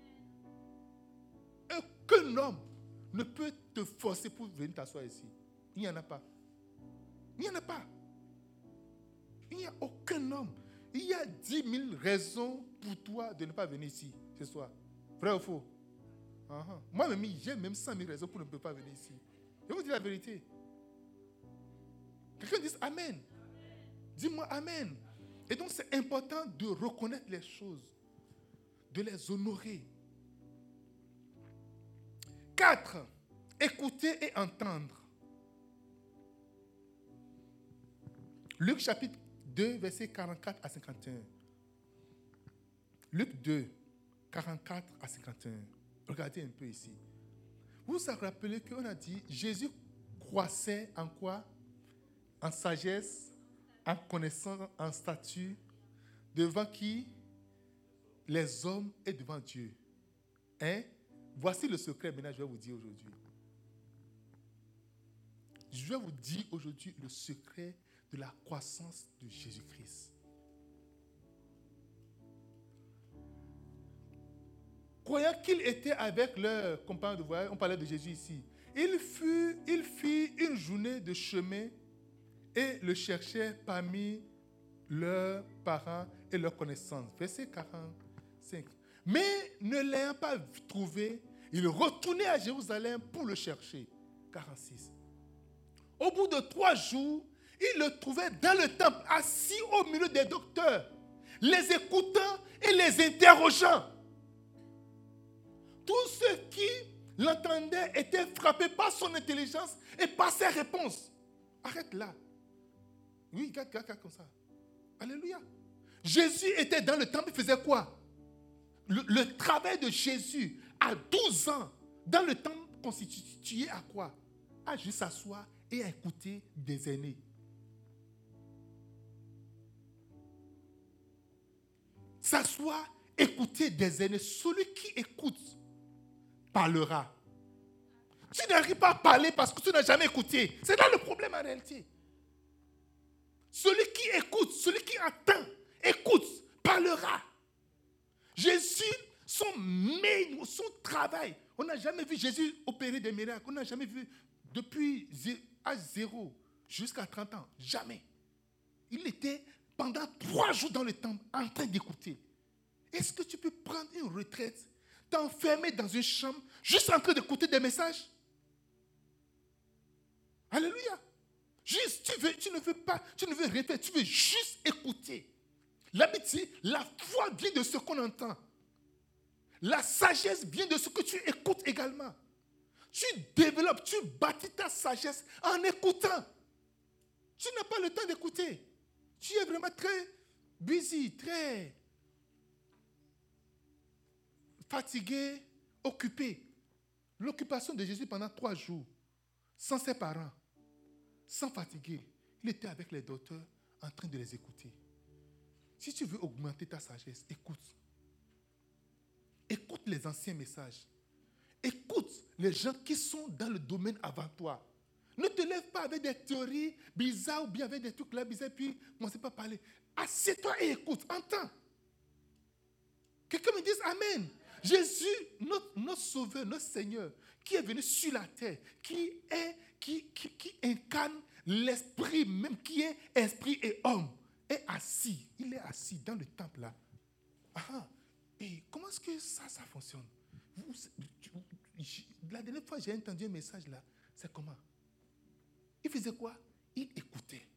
Aucun homme ne peut te forcer pour venir t'asseoir ici. Il n'y en a pas. Il n'y en a pas. Il n'y a aucun homme. il y a dix mille raisons pour toi de ne pas venir ici ce soir. Vrai ou faux? Uh-huh. Moi-même, j'ai même cent mille raisons pour ne pas venir ici. Je vous dis la vérité. Quelqu'un dit Amen. Amen. Dis-moi Amen. Et donc, c'est important de reconnaître les choses, de les honorer. Quatre, écouter et entendre. Luc chapitre deux, versets quarante-quatre à cinquante et un. Luc deux, quarante-quatre à cinquante et un. Regardez un peu ici. Vous vous rappelez qu'on a dit, Jésus croissait en quoi? En sagesse, en connaissance, en statut, devant qui? Les hommes et devant Dieu. Hein? Voici le secret, maintenant je vais vous dire aujourd'hui. Je vais vous dire aujourd'hui le secret de la croissance de Jésus-Christ. Croyant qu'il était avec leurs compagnons de voyage, on parlait de Jésus ici, il, fut, il fit une journée de chemin et le cherchait parmi leurs parents et leurs connaissances. Verset quarante-cinq. Mais ne l'ayant pas trouvé, il retournait à Jérusalem pour le chercher. quarante-six. Au bout de trois jours, il le trouvait dans le temple, assis au milieu des docteurs, les écoutant et les interrogeant. Tous ceux qui l'entendaient étaient frappés par son intelligence et par ses réponses. Arrête là. Oui, regarde, regarde, regarde comme ça. Alléluia. Jésus était dans le temple, il faisait quoi? Le, le travail de Jésus à douze ans dans le temple constitué à quoi? À juste s'asseoir et à écouter des aînés. S'asseoir, écouter des aînés. Celui qui écoute parlera. Tu n'arrives pas à parler parce que tu n'as jamais écouté. C'est là le problème en réalité. Celui qui écoute, celui qui entend, écoute, parlera. Jésus, son, son travail, on n'a jamais vu Jésus opérer des miracles. On n'a jamais vu depuis âge zéro jusqu'à trente ans. Jamais. Il était pendant trois jours dans le temple en train d'écouter. Est-ce que tu peux prendre une retraite, t'enfermer dans une chambre, juste en train d'écouter des messages? Alléluia. Juste, tu, veux, tu ne veux pas, tu ne veux rien faire, tu veux juste écouter. L'habitude, la foi vient de ce qu'on entend. La sagesse vient de ce que tu écoutes également. Tu développes, tu bâtis ta sagesse en écoutant. Tu n'as pas le temps d'écouter. Tu es vraiment très busy, très fatigué, occupé. L'occupation de Jésus pendant trois jours, sans ses parents, sans fatiguer, il était avec les docteurs en train de les écouter. Si tu veux augmenter ta sagesse, écoute. Écoute les anciens messages. Écoute les gens qui sont dans le domaine avant toi. Ne te lève pas avec des théories bizarres ou bien avec des trucs là bizarres, puis on ne sait pas parler. Assieds-toi et écoute, entends. Quelqu'un me dise Amen. Jésus, notre, notre Sauveur, notre Seigneur, qui est venu sur la terre, qui est, qui, qui, qui incarne l'esprit même, qui est esprit et homme, est assis. Il est assis dans le temple là. Ah, et comment est-ce que ça, ça fonctionne? Vous, la dernière fois, j'ai entendu un message là. C'est comment? Il faisait quoi? Il écoutait.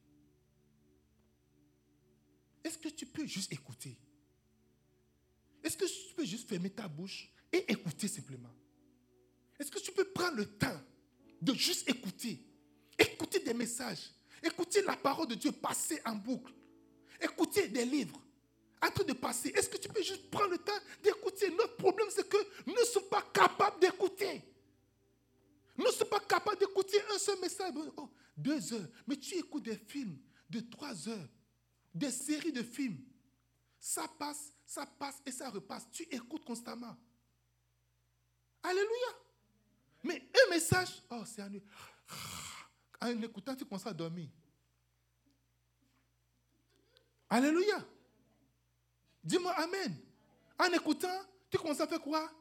Est-ce que tu peux juste écouter? Est-ce que tu peux juste fermer ta bouche et écouter simplement? Est-ce que tu peux prendre le temps de juste écouter? Écouter des messages. Écouter la parole de Dieu passer en boucle. Écouter des livres en train de passer. Est-ce que tu peux juste prendre le temps d'écouter? Notre problème, c'est que nous ne sommes pas capables d'écouter. Nous ne sommes pas capables d'écouter un seul message. Oh, deux heures. Mais tu écoutes des films de trois heures. Des séries de films. Ça passe, ça passe et ça repasse. Tu écoutes constamment. Alléluia. Mais un message, oh, c'est ennuyeux. En écoutant, tu commences à dormir. Alléluia. Dis-moi Amen. En écoutant, tu commences à faire quoi?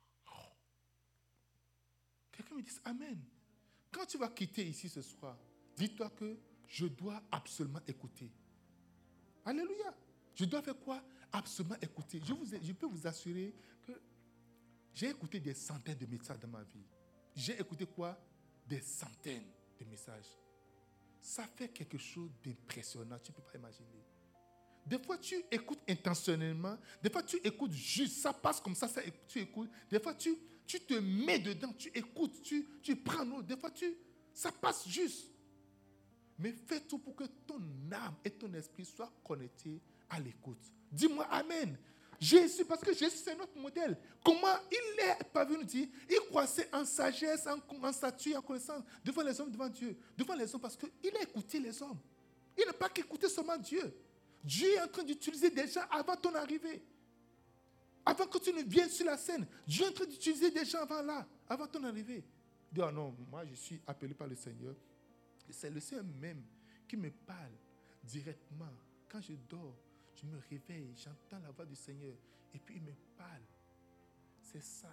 Quelqu'un me dit Amen. Quand tu vas quitter ici ce soir, dis-toi que je dois absolument écouter. Alléluia. Je dois faire quoi? Absolument écouter. Je, vous, je peux vous assurer que j'ai écouté des centaines de messages dans ma vie. J'ai écouté quoi? Des centaines de messages. Ça fait quelque chose d'impressionnant. Tu ne peux pas imaginer. Des fois, tu écoutes intentionnellement. Des fois, tu écoutes juste. Ça passe comme ça, ça tu écoutes. Des fois, tu, tu te mets dedans. Tu écoutes. Tu, tu prends l'eau. Des fois, tu, ça passe juste. Mais fais tout pour que ton âme et ton esprit soient connectés à l'écoute. Dis-moi Amen. Jésus, parce que Jésus, c'est notre modèle. Comment il est parvenu dire, il croissait en sagesse, en, en stature, en connaissance, devant les hommes, devant Dieu. Devant les hommes, parce qu'il a écouté les hommes. Il n'a pas qu'écouté seulement Dieu. Dieu est en train d'utiliser des gens avant ton arrivée. Avant que tu ne viennes sur la scène. Dieu est en train d'utiliser des gens avant là, avant ton arrivée. Dis, oh non, moi je suis appelé par le Seigneur. C'est le Seigneur même qui me parle directement. Quand je dors, je me réveille, j'entends la voix du Seigneur et puis il me parle. C'est ça.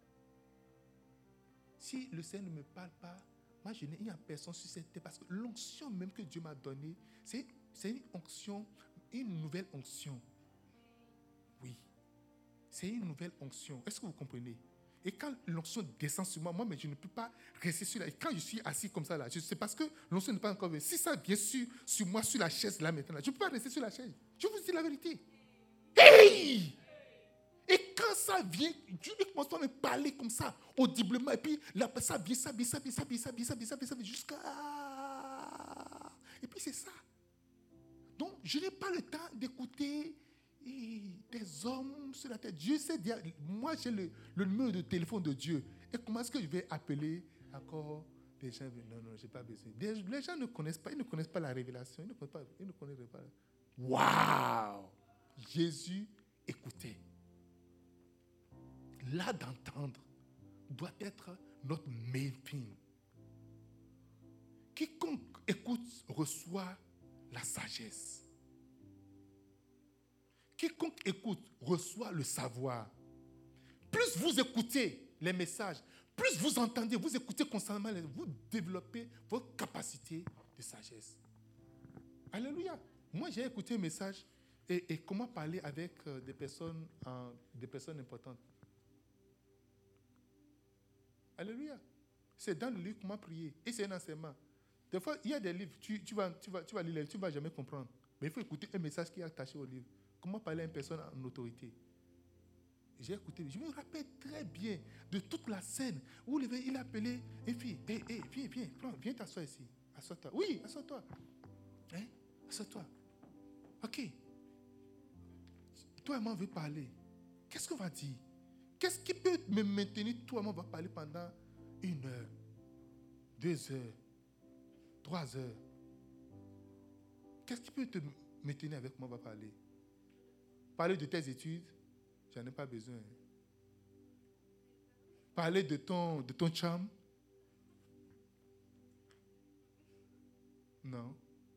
Si le Seigneur ne me parle pas, moi je n'ai personne sur cette terre parce que l'onction même que Dieu m'a donnée, c'est, c'est une onction, une nouvelle onction. Oui. C'est une nouvelle onction. Est-ce que vous comprenez? Et quand l'onction descend sur moi, moi, mais je ne peux pas rester sur la... Et quand je suis assis comme ça, là, c'est parce que l'onction n'est pas encore venue. Si ça vient sur, sur moi, sur la chaise, là, maintenant, là, je ne peux pas rester sur la chaise. Je vous dis la vérité. Hey! Et quand ça vient, Dieu commence à me parler comme ça, audiblement, et puis là, ça vient, ça vient, ça vient, ça vient, ça vient, ça vient, ça vient, ça vient, jusqu'à... Et puis c'est ça. Donc, je n'ai pas le temps d'écouter... Et des hommes sur la terre. Dieu sait dire, moi j'ai le, le numéro de téléphone de Dieu. Et comment est-ce que je vais appeler encore des gens? Non, non, je n'ai pas besoin. Des, les gens ne connaissent pas, ils ne connaissent pas la révélation. Ils ne connaissent pas. Ils ne connaissent pas. Waouh! Jésus écoutait. Là d'entendre doit être notre main thing. Quiconque écoute reçoit la sagesse. Quiconque écoute reçoit le savoir. Plus vous écoutez les messages, plus vous entendez, vous écoutez constamment, vous développez votre capacité de sagesse. Alléluia. Moi, j'ai écouté un message et, et comment parler avec euh, des personnes, euh, des personnes importantes. Alléluia. C'est dans le livre comment prier. Et c'est un enseignement. Des fois, il y a des livres, tu, tu, vas, tu, vas, tu vas lire, tu ne vas jamais comprendre. Mais il faut écouter un message qui est attaché au livre. Comment parler à une personne en autorité? J'ai écouté, je me rappelle très bien de toute la scène où il a appelé une fille. Hé, hé, viens, viens, prends, viens t'asseoir ici. Assois-toi. Oui, assois-toi. Hein? Assois-toi. Ok. Toi et moi, on veut parler. Qu'est-ce qu'on va dire? Qu'est-ce qui peut me maintenir? Toi et moi, on va parler pendant une heure, deux heures, trois heures. Qu'est-ce qui peut te maintenir avec moi? On va parler. Parler de tes études, j'en ai pas besoin. Parler de ton, de ton charme, non.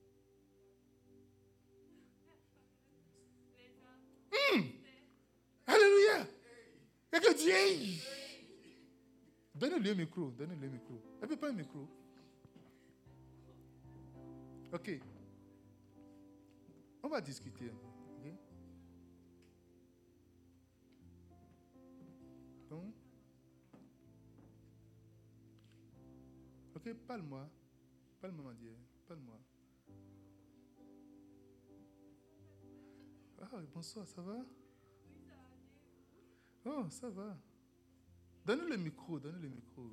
Mmh. Alléluia. Et que Dieu. Donnez-lui un micro, donnez-lui un micro. Elle peut pas un micro. Ok. On va discuter. Okay? Donc, ok, parle-moi. Parle-moi, Dieu. Parle-moi. Ah, bonsoir, ça va? Oh, ça va. Donne-lui le micro, donne-lui le micro.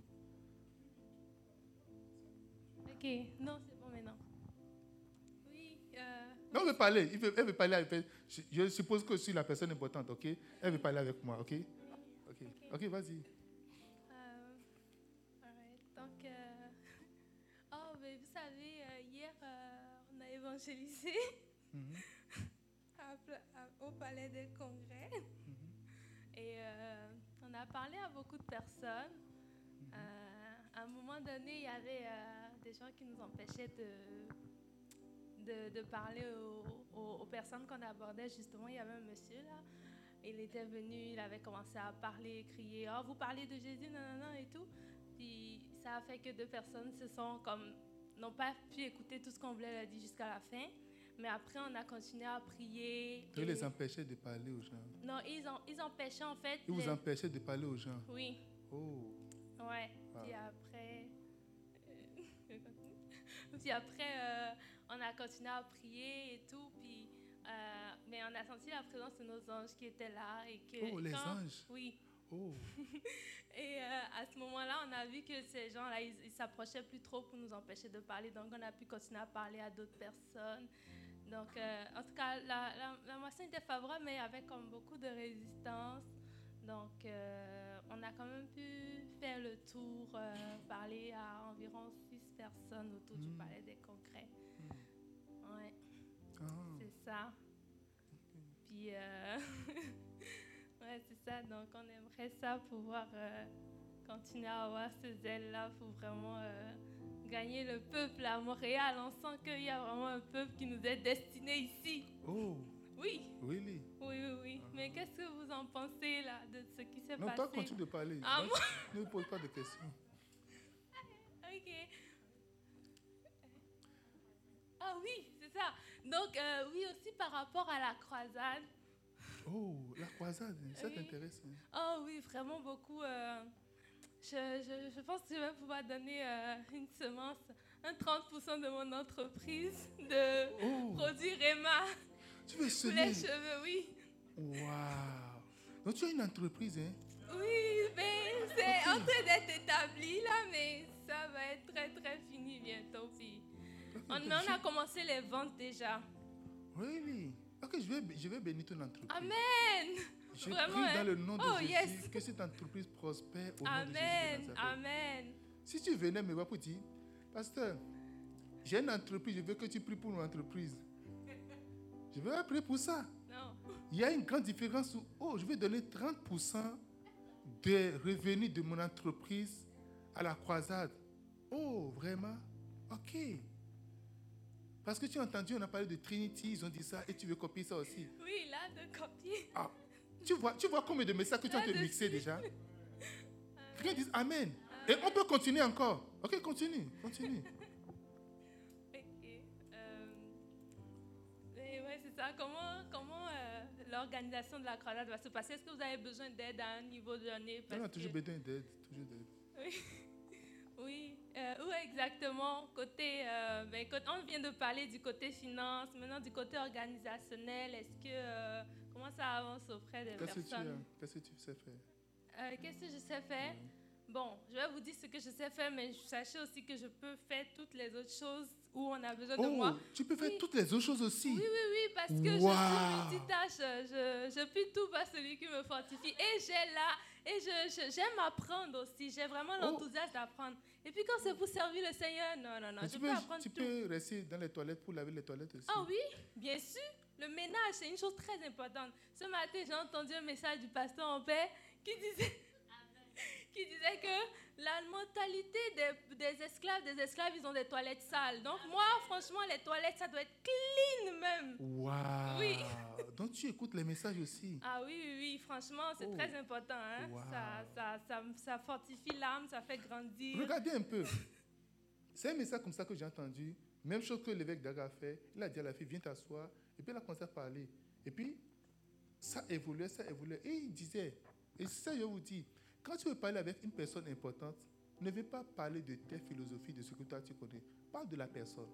Ok, non, c'est bon maintenant. Oui. Euh, non, elle veut parler. Elle veut, elle veut parler avec. Je, je suppose que je suis la personne importante, ok? Elle veut parler avec moi, ok? Ok, okay. okay, vas-y. Euh, right. Donc, euh, oh, mais vous savez, euh, hier, euh, on a évangélisé mm-hmm. à, à, au palais des congrès. Mm-hmm. Et euh, on a parlé à beaucoup de personnes. Mm-hmm. Euh, à un moment donné, il y avait euh, des gens qui nous empêchaient de, de, de parler aux, aux, aux personnes qu'on abordait. Justement, il y avait un monsieur là. Il était venu, il avait commencé à parler, crier « Oh, vous parlez de Jésus, non, non, non, et tout. » Puis ça a fait que deux personnes se sont comme n'ont pas pu écouter tout ce qu'on voulait leur dire jusqu'à la fin. Mais après, on a continué à prier. Vous les empêchez de parler aux gens. Non, ils, ont, ils empêchaient en fait... Ils les... vous empêchaient de parler aux gens. Oui. Oh. Ouais. Ah. Puis après... Puis après, euh, on a continué à prier et tout. Puis, euh, mais on a senti la présence de nos anges qui étaient là. Et que Oh, les quand, anges. Oui. Oh. Et euh, à ce moment-là, on a vu que ces gens-là, ils, ils s'approchaient plus trop pour nous empêcher de parler. Donc, on a pu continuer à parler à d'autres personnes. Donc, euh, en tout cas, la, la, la moisson était favorable, mais il y avait comme beaucoup de résistance. Donc, euh, on a quand même pu faire le tour, euh, parler à environ six personnes autour mmh. du palais des congrès. Mmh. Ouais, ah. C'est ça. Okay. Puis, euh, ouais, c'est ça. Donc, on aimerait ça pouvoir euh, continuer à avoir ces ailes-là pour vraiment euh, gagner le peuple à Montréal. On sent qu'il y a vraiment un peuple qui nous est destiné ici. Oh. Oui. Really? Oui, oui, oui. Ah. Mais qu'est-ce que vous en pensez, là, de ce qui s'est non, passé? Non, toi, continue de parler. Ah, moi? Ne me pose pas de questions. OK. Ah oui, c'est ça. Donc, euh, oui, aussi par rapport à la croisade. Oh, la croisade, ça oui. t'intéresse? Hein? Oh oui, vraiment beaucoup. Euh, je, je, je pense que je vais pouvoir donner euh, une semence, un trente pour cent de mon entreprise de oh. produits Réma. Tu veux semer? Pour les cheveux, oui. Waouh! Donc tu as une entreprise, hein? Oui, mais c'est okay. en train d'être établi là, mais ça va être très très fini bientôt. Puis okay, on, on a commencé les ventes déjà. Really? Ok, je vais, je vais bénir ton entreprise. Amen! Je Vraiment, prie hein? dans le nom de oh, Jésus yes. que cette entreprise prospère au Amen. nom de Jésus de Nazareth. Amen. Si tu venais me voir pour dire, pasteur, j'ai une entreprise, je veux que tu pries pour mon entreprise. Je vais prier pour ça. Non. Il y a une grande différence où, oh, je vais donner trente pour cent des revenus de mon entreprise à la croisade. Oh, vraiment? Ok. Parce que tu as entendu, on a parlé de Trinity, ils ont dit ça, et tu veux copier ça aussi. Oui, là, de copier. Ah, tu vois, tu vois combien de messages que tu as mixé déjà? Quelqu'un dit Amen. Amen. Et on peut continuer encore. Ok, continue, continue. C'est ça. Comment, comment euh, l'organisation de la croisade va se passer? Est-ce que vous avez besoin d'aide à un niveau donné? On a toujours besoin d'aide, toujours d'aide. Oui. Oui. Euh, où exactement? Côté, euh, ben, côté, on vient de parler du côté finance, maintenant du côté organisationnel. Est-ce que euh, comment ça avance auprès des qu'est-ce personnes? Que tu, qu'est-ce que tu sais faire? Euh, qu'est-ce que je sais faire? Oui. Bon, je vais vous dire ce que je sais faire, mais sachez aussi que je peux faire toutes les autres choses où on a besoin oh, de moi. Tu peux faire oui. toutes les autres choses aussi? Oui, oui, oui, parce que wow. je suis multitâche. Je, je puis tout par celui qui me fortifie. Et j'ai là, et je, je, j'aime apprendre aussi. J'ai vraiment l'enthousiasme oh. d'apprendre. Et puis quand c'est pour servir le Seigneur, non, non, non, mais je peux, peux apprendre tu tout. Tu peux rester dans les toilettes pour laver les toilettes aussi? Ah oui, bien sûr. Le ménage, c'est une chose très importante. Ce matin, j'ai entendu un message du pasteur en paix qui disait... qui disait que la mentalité des, des esclaves, des esclaves, ils ont des toilettes sales. Donc moi, franchement, les toilettes, ça doit être clean même. Waouh. Oui. Donc tu écoutes les messages aussi. Ah oui, oui, oui. Franchement, c'est oh. très important. Hein? Wow. Ça, ça, ça, ça fortifie l'âme, ça fait grandir. Regardez un peu. C'est un message comme ça que j'ai entendu. Même chose que l'évêque Daga a fait. Il a dit à la fille, viens t'asseoir. Et puis elle a commencé à parler. Et puis, ça évoluait, ça évoluait. Et il disait, et c'est ça que je vous dis, quand tu veux parler avec une personne importante, ne veux pas parler de tes philosophies, de ce que toi tu connais. Parle de la personne.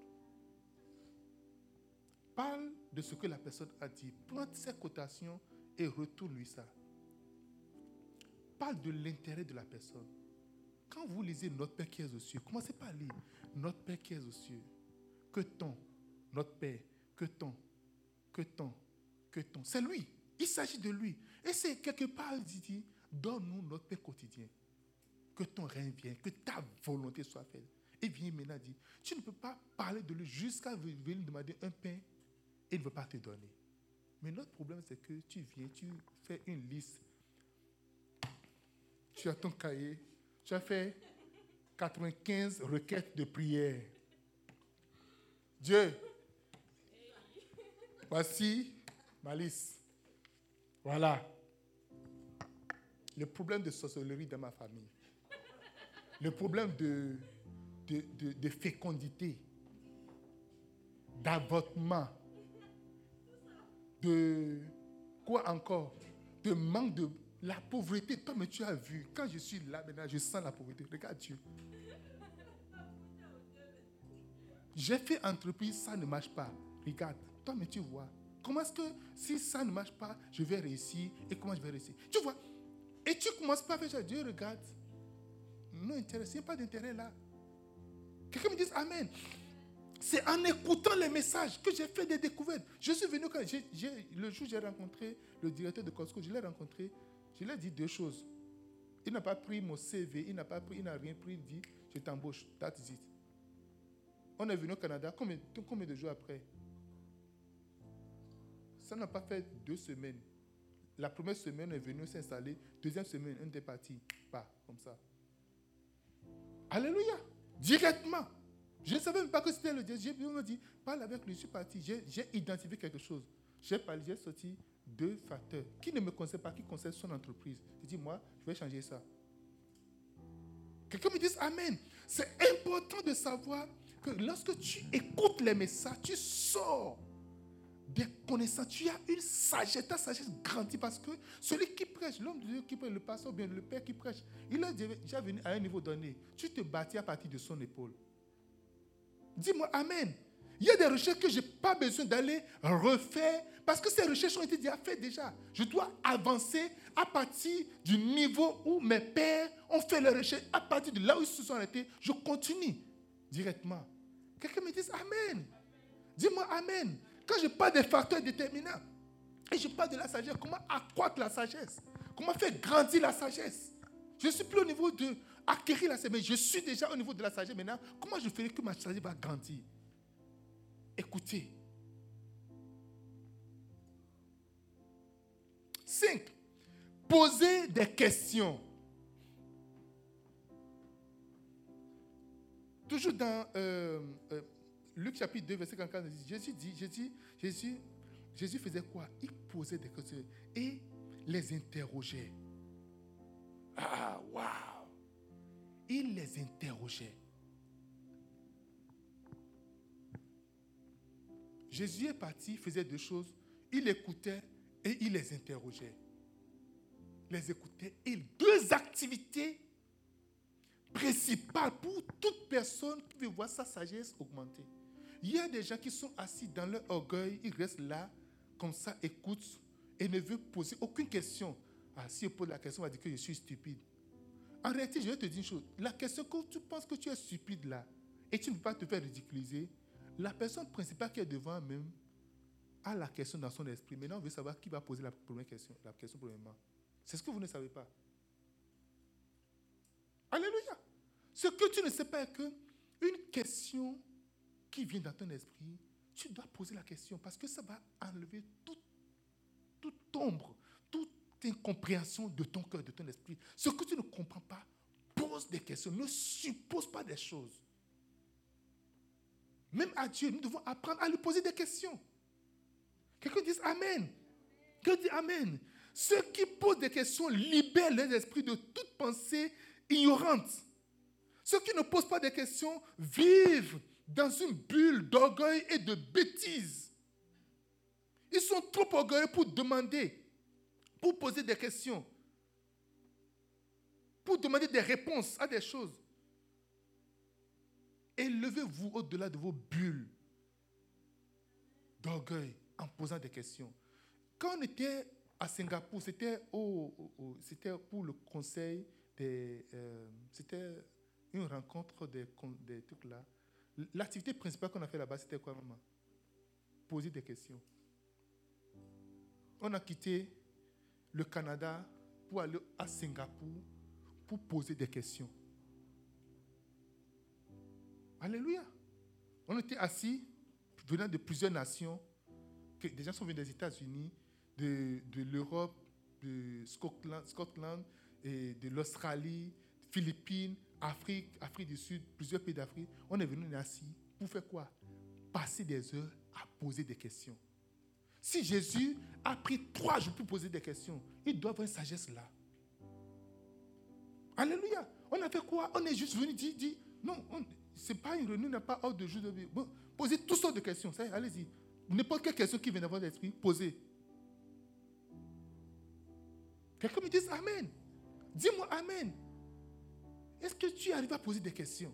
Parle de ce que la personne a dit. Prends ses cotations et retourne-lui ça. Parle de l'intérêt de la personne. Quand vous lisez Notre Père qui es aux cieux, commencez par lire Notre Père qui es aux cieux. Que ton, notre Père, que ton, que ton, que ton. C'est lui. Il s'agit de lui. Et c'est quelque part, il dit, donne-nous notre pain quotidien. Que ton règne vienne, que ta volonté soit faite. Et vient maintenant dit, tu ne peux pas parler de lui jusqu'à venir demander un pain et il ne veut pas te donner. Mais notre problème, c'est que tu viens, tu fais une liste. Tu as ton cahier, tu as fait quatre-vingt-quinze requêtes de prière. Dieu, voici ma liste. Voilà. Le problème de sorcellerie dans ma famille. Le problème de de, de, de fécondité, d'avortement, de quoi encore? De manque de la pauvreté. Toi, mais tu as vu, quand je suis là maintenant, je sens la pauvreté. Regarde Dieu. J'ai fait entreprise, ça ne marche pas. Regarde, toi, mais tu vois. Comment est-ce que si ça ne marche pas, je vais réussir et comment je vais réussir? Tu vois? Et tu commences pas à faire ça. Dieu regarde. Non, intéressé, il n'y a pas d'intérêt là. Quelqu'un me dit Amen. C'est en écoutant les messages que j'ai fait des découvertes. Je suis venu quand j'ai, j'ai, le jour où j'ai rencontré le directeur de Costco, je l'ai rencontré, je lui ai dit deux choses. Il n'a pas pris mon C V, il n'a pas pris, il n'a rien pris, il dit je t'embauche, that's it. On est venu au Canada, combien, combien de jours après? Ça n'a pas fait deux semaines. La première semaine, on est venu s'installer. Deuxième semaine, on était parti. Pas comme ça. Alléluia. Directement. Je ne savais même pas que c'était le Dieu. J'ai m'a dit, parle avec lui, je suis parti. J'ai, j'ai identifié quelque chose. J'ai parlé, j'ai sorti deux facteurs. Qui ne me concerne pas, qui concerne son entreprise. J'ai dit, moi, je vais changer ça. Quelqu'un me dit Amen. C'est important de savoir que lorsque tu écoutes les messages, tu sors des connaissances. Tu as une sagesse. Ta sagesse grandit parce que celui qui prêche, l'homme de Dieu qui prêche, le pasteur, bien le père qui prêche, il est déjà venu à un niveau donné. Tu te bâtis à partir de son épaule. Dis-moi Amen. Il y a des recherches que je n'ai pas besoin d'aller refaire parce que ces recherches ont été déjà faites déjà. Je dois avancer à partir du niveau où mes pères ont fait les recherches. À partir de là où ils se sont arrêtés, je continue directement. Quelqu'un me dit Amen. Dis-moi Amen. Quand je parle des facteurs déterminants et je parle de la sagesse, comment accroître la sagesse? Comment faire grandir la sagesse? Je ne suis plus au niveau de acquérir la sagesse, mais je suis déjà au niveau de la sagesse maintenant. Comment je ferai que ma sagesse va grandir? Écoutez. Cinq. Poser des questions. Toujours dans euh, euh, Luc chapitre deux, verset quarante-quatre, Jésus dit, Jésus, Jésus, Jésus faisait quoi? Il posait des questions et les interrogeait. Ah, waouh! Il les interrogeait. Jésus est parti, faisait deux choses. Il écoutait et il les interrogeait. Les écoutait et deux activités principales pour toute personne qui veut voir sa sagesse augmenter. Il y a des gens qui sont assis dans leur orgueil, ils restent là, comme ça, écoutent et ne veulent poser aucune question. Ah, si je pose la question, on va dire que je suis stupide. En réalité, je vais te dire une chose. La question que tu penses que tu es stupide là, et tu ne peux pas te faire ridiculiser, la personne principale qui est devant même a la question dans son esprit. Maintenant, on veut savoir qui va poser la première question. La question premièrement. C'est ce que vous ne savez pas. Alléluia. Ce que tu ne sais pas est que une question qui vient dans ton esprit, tu dois poser la question parce que ça va enlever toute, toute ombre, toute incompréhension de ton cœur, de ton esprit. Ce que tu ne comprends pas, pose des questions. Ne suppose pas des choses. Même à Dieu, nous devons apprendre à lui poser des questions. Quelqu'un dit Amen. Quelqu'un dit Amen. Ceux qui posent des questions libèrent les esprits de toute pensée ignorante. Ceux qui ne posent pas des questions vivent dans une bulle d'orgueil et de bêtises. Ils sont trop orgueilleux pour demander, pour poser des questions, pour demander des réponses à des choses. Élevez-vous au-delà de vos bulles d'orgueil en posant des questions. Quand on était à Singapour, c'était, au, au, c'était pour le conseil des... Euh, c'était une rencontre des, des trucs là. L'activité principale qu'on a fait là-bas, c'était quoi, maman? Poser des questions. On a quitté le Canada pour aller à Singapour pour poser des questions. Alléluia. On était assis, venant de plusieurs nations. Que des gens sont venus des États-Unis, de, de l'Europe, de Scotland, Scotland et de l'Australie, Philippines, Afrique, Afrique du Sud, plusieurs pays d'Afrique. On est venus assis pour faire quoi? Passer des heures à poser des questions. Si Jésus a pris trois jours pour poser des questions, il doit avoir une sagesse là. Alléluia. On a fait quoi? On est juste venu dire, dire non, on, c'est pas une réunion, n'a pas ordre de jour de vie. Bon, posez toutes sortes de questions. Ça, allez-y. N'importe quelle question qui vient dans votre esprit, posez. Quelqu'un me dise Amen. Dis-moi Amen. Est-ce que tu arrives à poser des questions?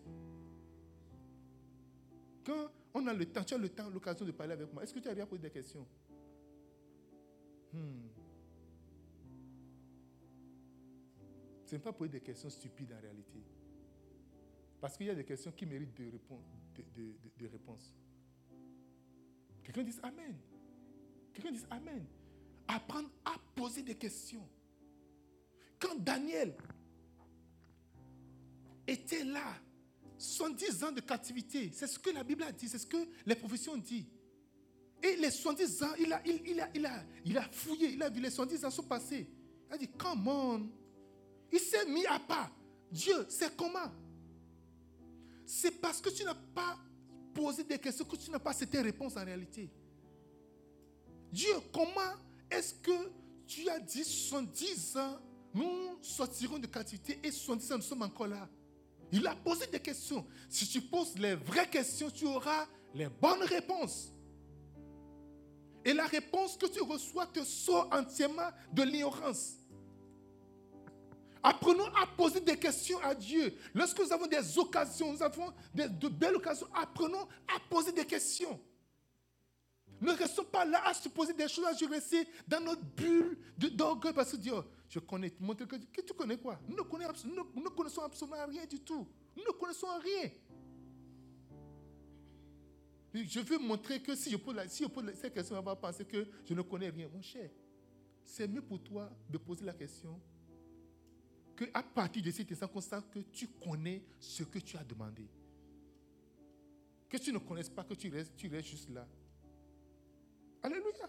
Quand on a le temps, tu as le temps, l'occasion de parler avec moi, est-ce que tu arrives à poser des questions? Hmm. Ce n'est pas poser des questions stupides en réalité. Parce qu'il y a des questions qui méritent de, réponse, de, de, de, de réponse. Quelqu'un dit Amen. Quelqu'un dit Amen. Apprendre à poser des questions. Quand Daniel était là, soixante-dix ans de captivité, c'est ce que la Bible a dit, c'est ce que les prophéties disent. Et les soixante-dix ans, il a, il, il, a, il, a, il a fouillé, il a vu les soixante-dix ans sont passés. Il a dit, come on. Il s'est mis à part. Dieu, c'est comment? C'est parce que tu n'as pas posé des questions que tu n'as pas cette réponse en réalité. Dieu, comment est-ce que tu as dit soixante-dix ans, nous sortirons de captivité et soixante-dix ans, nous sommes encore là? Il a posé des questions. Si tu poses les vraies questions, tu auras les bonnes réponses. Et la réponse que tu reçois te sort entièrement de l'ignorance. Apprenons à poser des questions à Dieu. Lorsque nous avons des occasions, nous avons de, de belles occasions, apprenons à poser des questions. Ne restons pas là à se poser des choses, à rester dans notre bulle d'orgueil parce que Dieu, oh, je connais, montre que, que tu connais quoi? Nous ne, connaissons, nous, nous ne connaissons absolument rien du tout. Nous ne connaissons rien. Je veux montrer que si je pose, la, si je pose cette question, on va penser que je ne connais rien. Mon cher, c'est mieux pour toi de poser la question qu'à partir de cet instant, constate que tu connais ce que tu as demandé. Que tu ne connaisses pas, que tu restes, tu restes juste là. Alléluia.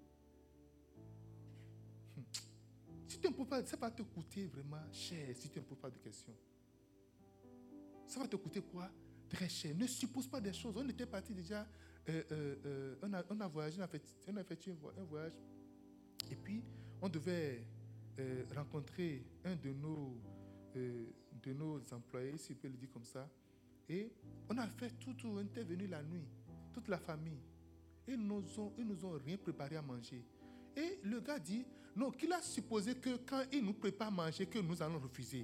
Si tu ne peux pas, ça va te coûter vraiment cher si tu ne poses pas de questions. Ça va te coûter quoi? Très cher. Ne suppose pas des choses. On était parti déjà, euh, euh, euh, on, a, on a voyagé, on a fait, on a fait un voyage. Et puis, on devait euh, rencontrer un de nos, euh, de nos employés, si je peux le dire comme ça. Et on a fait tout, tout, on était venu la nuit, toute la famille. Et ils nous ont, ils nous ont rien préparé à manger. Et le gars dit, non, qu'il a supposé que quand il nous prépare à manger, que nous allons refuser.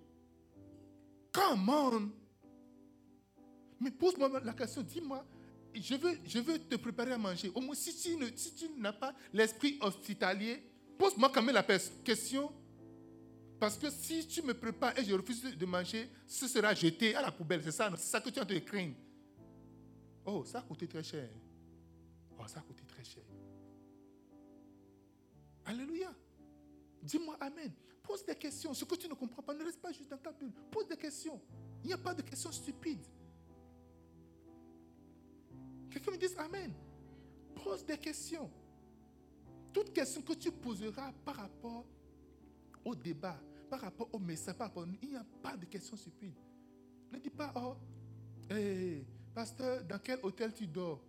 Come on! Mais pose-moi la question, dis-moi, je veux, je veux te préparer à manger. Au moins, si tu, ne, si tu n'as pas l'esprit hospitalier, pose-moi quand même la question. Parce que si tu me prépares et je refuse de manger, ce sera jeté à la poubelle. C'est ça, c'est ça que tu as de craindre. Oh, ça a coûté très cher. Oh, ça a coûté très cher. Alléluia. Dis-moi Amen. Pose des questions. Ce que tu ne comprends pas, ne reste pas juste dans ta bulle. Pose des questions. Il n'y a pas de questions stupides. Quelqu'un me dise Amen. Pose des questions. Toute question que tu poseras par rapport au débat, par rapport au message, par rapport, il n'y a pas de questions stupides. Ne dis pas, oh, hey, pasteur, dans quel hôtel tu dors?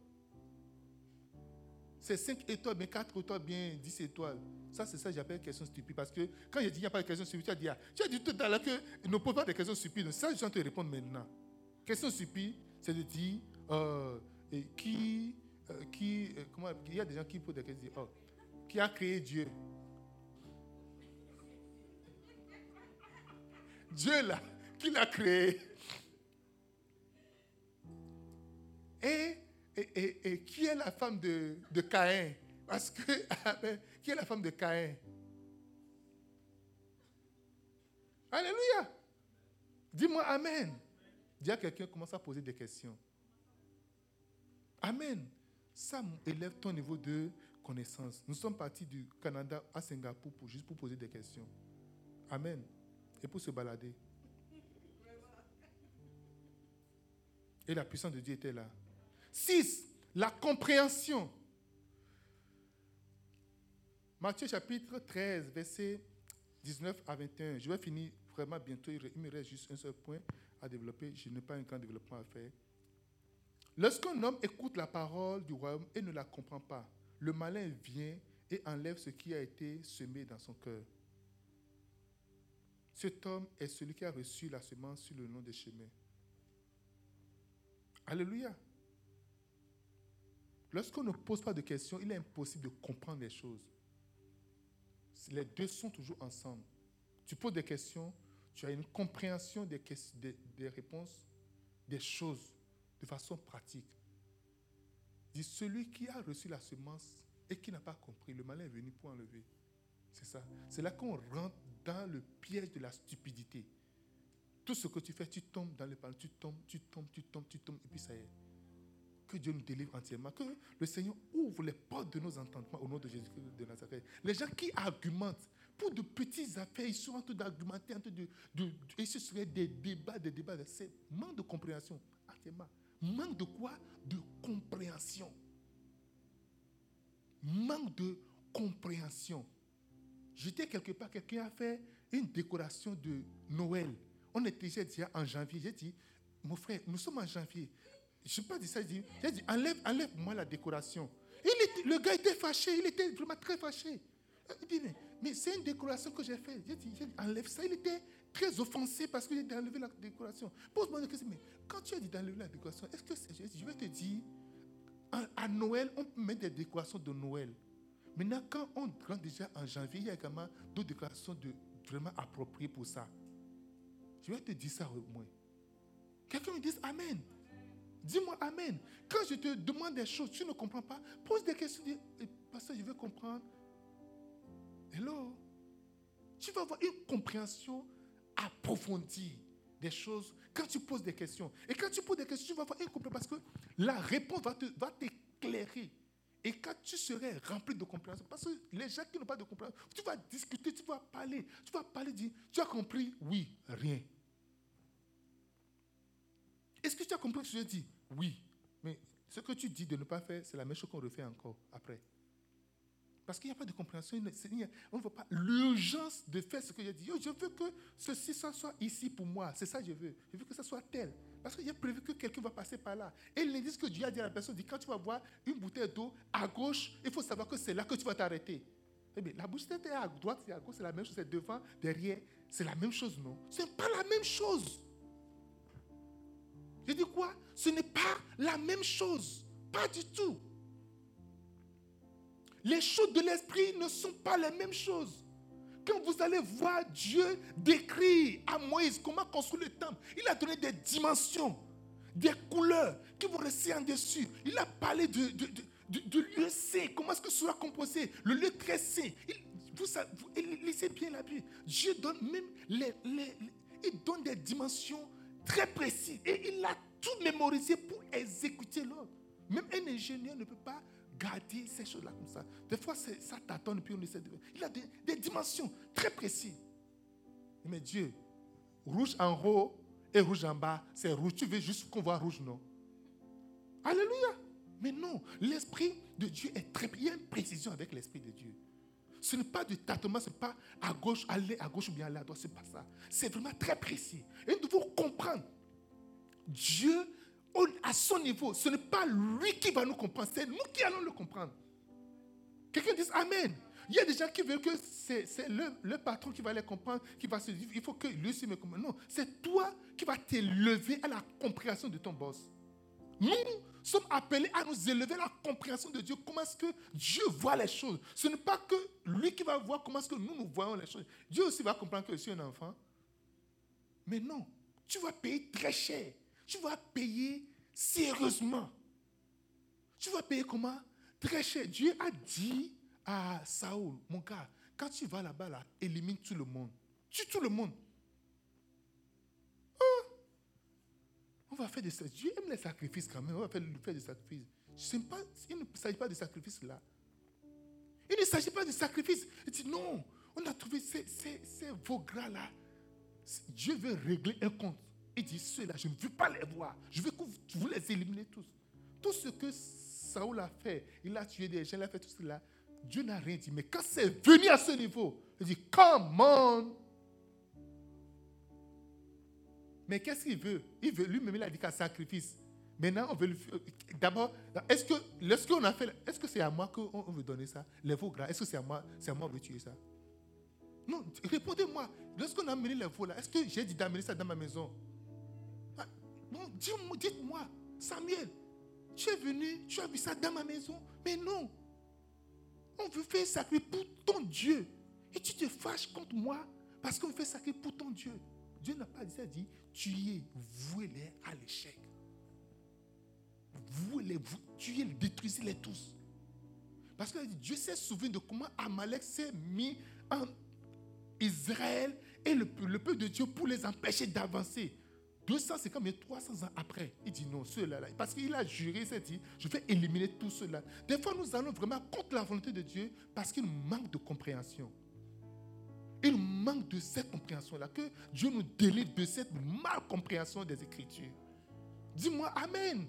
C'est cinq étoiles, mais quatre étoiles, bien dix étoiles. Ça, c'est ça que j'appelle question stupide. Parce que quand je dis qu'il n'y a pas de questions stupides, tu as dit, ah, tu as dit tout à l'heure qu'il ne pose pas de questions stupides. Ça, je vais te répondre maintenant. Question stupide, c'est de dire, euh, et qui, euh, qui euh, comment, il y a des gens qui posent des questions, oh, qui a créé Dieu? Dieu là, qui l'a créé? Et, et, et, et qui est la femme de, de Caïn? Parce que, qui est la femme de Caïn? Alléluia! Dis-moi Amen. Dis à quelqu'un, commence à poser des questions. Amen. Ça élève ton niveau de connaissance. Nous sommes partis du Canada à Singapour pour, juste pour poser des questions. Amen. Et pour se balader. Et la puissance de Dieu était là. six. La compréhension. Matthieu chapitre treize, versets dix-neuf à vingt et un. Je vais finir vraiment bientôt. Il me reste juste un seul point à développer. Je n'ai pas un grand développement à faire. Lorsqu'un homme écoute la parole du royaume et ne la comprend pas, le malin vient et enlève ce qui a été semé dans son cœur. Cet homme est celui qui a reçu la semence sur le long des chemins. Alléluia. Lorsqu'on ne pose pas de questions, il est impossible de comprendre les choses. Les deux sont toujours ensemble. Tu poses des questions, tu as une compréhension des, des, des réponses, des choses de façon pratique. Dit celui qui a reçu la semence et qui n'a pas compris, le malin est venu pour enlever. C'est ça. C'est là qu'on rentre dans le piège de la stupidité. Tout ce que tu fais, tu tombes dans le panneau, tu tombes, tu tombes, tu tombes, tu tombes, et puis ça y est. Que Dieu nous délivre entièrement. Que le Seigneur ouvre les portes de nos entendements au nom de Jésus-Christ de Nazareth. Les gens qui argumentent pour de petites affaires, ils sont en train d'argumenter, en train de, de, de, et ce serait des débats, des débats. C'est manque de compréhension entièrement. Manque de quoi? De compréhension. Manque de compréhension. J'étais quelque part, quelqu'un a fait une décoration de Noël. On était, j'ai dit, en janvier. J'ai dit, mon frère, nous sommes en janvier. Je n'ai pas dit ça, j'ai dit, j'ai dit enlève, enlève-moi la décoration. Il était, le gars était fâché, il était vraiment très fâché. Il dit, mais, mais c'est une décoration que j'ai faite. J'ai dit, j'ai dit, enlève ça. Il était très offensé parce que j'ai dit enlever la décoration. Pose-moi une question, mais quand tu as dit d'enlever la décoration, est-ce que c'est, je vais te dire, à, à Noël, on peut mettre des décorations de Noël. Maintenant, quand on rentre déjà en janvier, il y a également d'autres décorations de, vraiment appropriées pour ça. Je vais te dire ça au moins. Quelqu'un me dit Amen. Dis-moi Amen. Quand je te demande des choses, tu ne comprends pas, pose des questions. Dis, pasteur, je veux comprendre. Hello. Tu vas avoir une compréhension approfondie des choses quand tu poses des questions. Et quand tu poses des questions, tu vas avoir une compréhension parce que la réponse va, te, va t'éclairer. Et quand tu serais rempli de compréhension, parce que les gens qui n'ont pas de compréhension, tu vas discuter, tu vas parler, tu vas parler, dire, tu as compris? Oui, rien. Est-ce que tu as compris ce que je dis? Oui. Mais ce que tu dis de ne pas faire, c'est la même chose qu'on refait encore après. Parce qu'il n'y a pas de compréhension. On ne voit pas l'urgence de faire ce que j'ai dit. Yo, je veux que ceci ça soit ici pour moi. C'est ça que je veux. Je veux que ça soit tel. Parce qu'il y a prévu que quelqu'un va passer par là. Et l'indice que Dieu a dit à la personne, dit, quand tu vas voir une bouteille d'eau à gauche, il faut savoir que c'est là que tu vas t'arrêter. Eh bien, la bouteille est à droite et à gauche, c'est la même chose. C'est devant, derrière. C'est la même chose, non? Ce n'est pas la même chose. Je dis quoi? Ce n'est pas la même chose. Pas du tout. Les choses de l'esprit ne sont pas les mêmes choses. Quand vous allez voir Dieu décrire à Moïse comment construire le temple, il a donné des dimensions, des couleurs qui vont rester en dessus. Il a parlé de, de, de, de, de lieu saint, comment est-ce que ce sera composé, le lieu très saint. Il, vous, vous lisez bien la Bible. Dieu donne même les, les, les, il donne des dimensions très précises et il a tout mémorisé pour exécuter l'ordre. Même un ingénieur ne peut pas garder ces choses-là comme ça. Des fois, ça tâtonne, puis on essaie de... Il a des, des dimensions très précises. Mais Dieu, rouge en haut et rouge en bas, c'est rouge. Tu veux juste qu'on voit rouge, non? Alléluia. Mais non, l'esprit de Dieu est très... Il y a une précision avec l'esprit de Dieu. Ce n'est pas du tâtonnement, ce n'est pas à gauche, aller à gauche ou bien aller à droite, ce n'est pas ça. C'est vraiment très précis. Et nous devons comprendre. Dieu, à son niveau, ce n'est pas lui qui va nous comprendre, c'est nous qui allons le comprendre. Quelqu'un dit Amen. Il y a des gens qui veulent que c'est, c'est le, le patron qui va les comprendre, qui va se dire, il faut que lui aussi me comprenne. Non, c'est toi qui vas t'élever à la compréhension de ton boss. Nous sommes appelés à nous élever à la compréhension de Dieu. Comment est-ce que Dieu voit les choses? Ce n'est pas que lui qui va voir comment est-ce que nous, nous voyons les choses. Dieu aussi va comprendre que je suis un enfant. Mais non, tu vas payer très cher. Tu vas payer sérieusement. Tu vas payer comment? Très cher. Dieu a dit à Saoul, mon gars, quand tu vas là-bas, là, élimine tout le monde. Tue tout le monde. Oh. On va faire des sacrifices. Dieu aime les sacrifices quand même. On va faire, faire des sacrifices. Je pas, il ne s'agit pas de sacrifices là. Il ne s'agit pas de sacrifices. Il dit non, on a trouvé ces, ces, ces veaux gras là. Dieu veut régler un compte. Il dit, ceux-là, je ne veux pas les voir. Je veux que vous, vous les éliminez tous. Tout ce que Saoul a fait, il a tué des gens, il a fait tout cela. Dieu n'a rien dit. Mais quand c'est venu à ce niveau, il dit, come on. Mais qu'est-ce qu'il veut? Il veut lui-même, il a dit qu'un sacrifice. Maintenant, on veut lui faire. D'abord, est-ce que, lorsqu'on a fait, est-ce que c'est à moi qu'on veut donner ça? Les veaux gras, est-ce que c'est à moi, c'est à moi qu'on veut tuer ça? Non, répondez-moi. Lorsqu'on a amené les veaux là, est-ce que j'ai dit d'amener ça dans ma maison? Bon, dites-moi. Samuel, tu es venu, tu as vu ça dans ma maison. Mais non. On veut faire sacré pour ton Dieu. Et tu te fâches contre moi parce qu'on fait sacré pour ton Dieu. Dieu n'a pas dit ça, il dit, tuez, vouez-les à l'échec. Vouez-les, vous tuez, détruisez-les tous. Parce que Dieu s'est souvenu de comment Amalek s'est mis en Israël et le, le peuple de Dieu pour les empêcher d'avancer. deux cents, c'est comme trois cents ans après. Il dit non, ceux-là, là, parce qu'il a juré, il s'est dit, je vais éliminer tous ceux-là. Des fois, nous allons vraiment contre la volonté de Dieu parce qu'il manque de compréhension. Il manque de cette compréhension-là, que Dieu nous délivre de cette mal-compréhension des Écritures. Dis-moi Amen.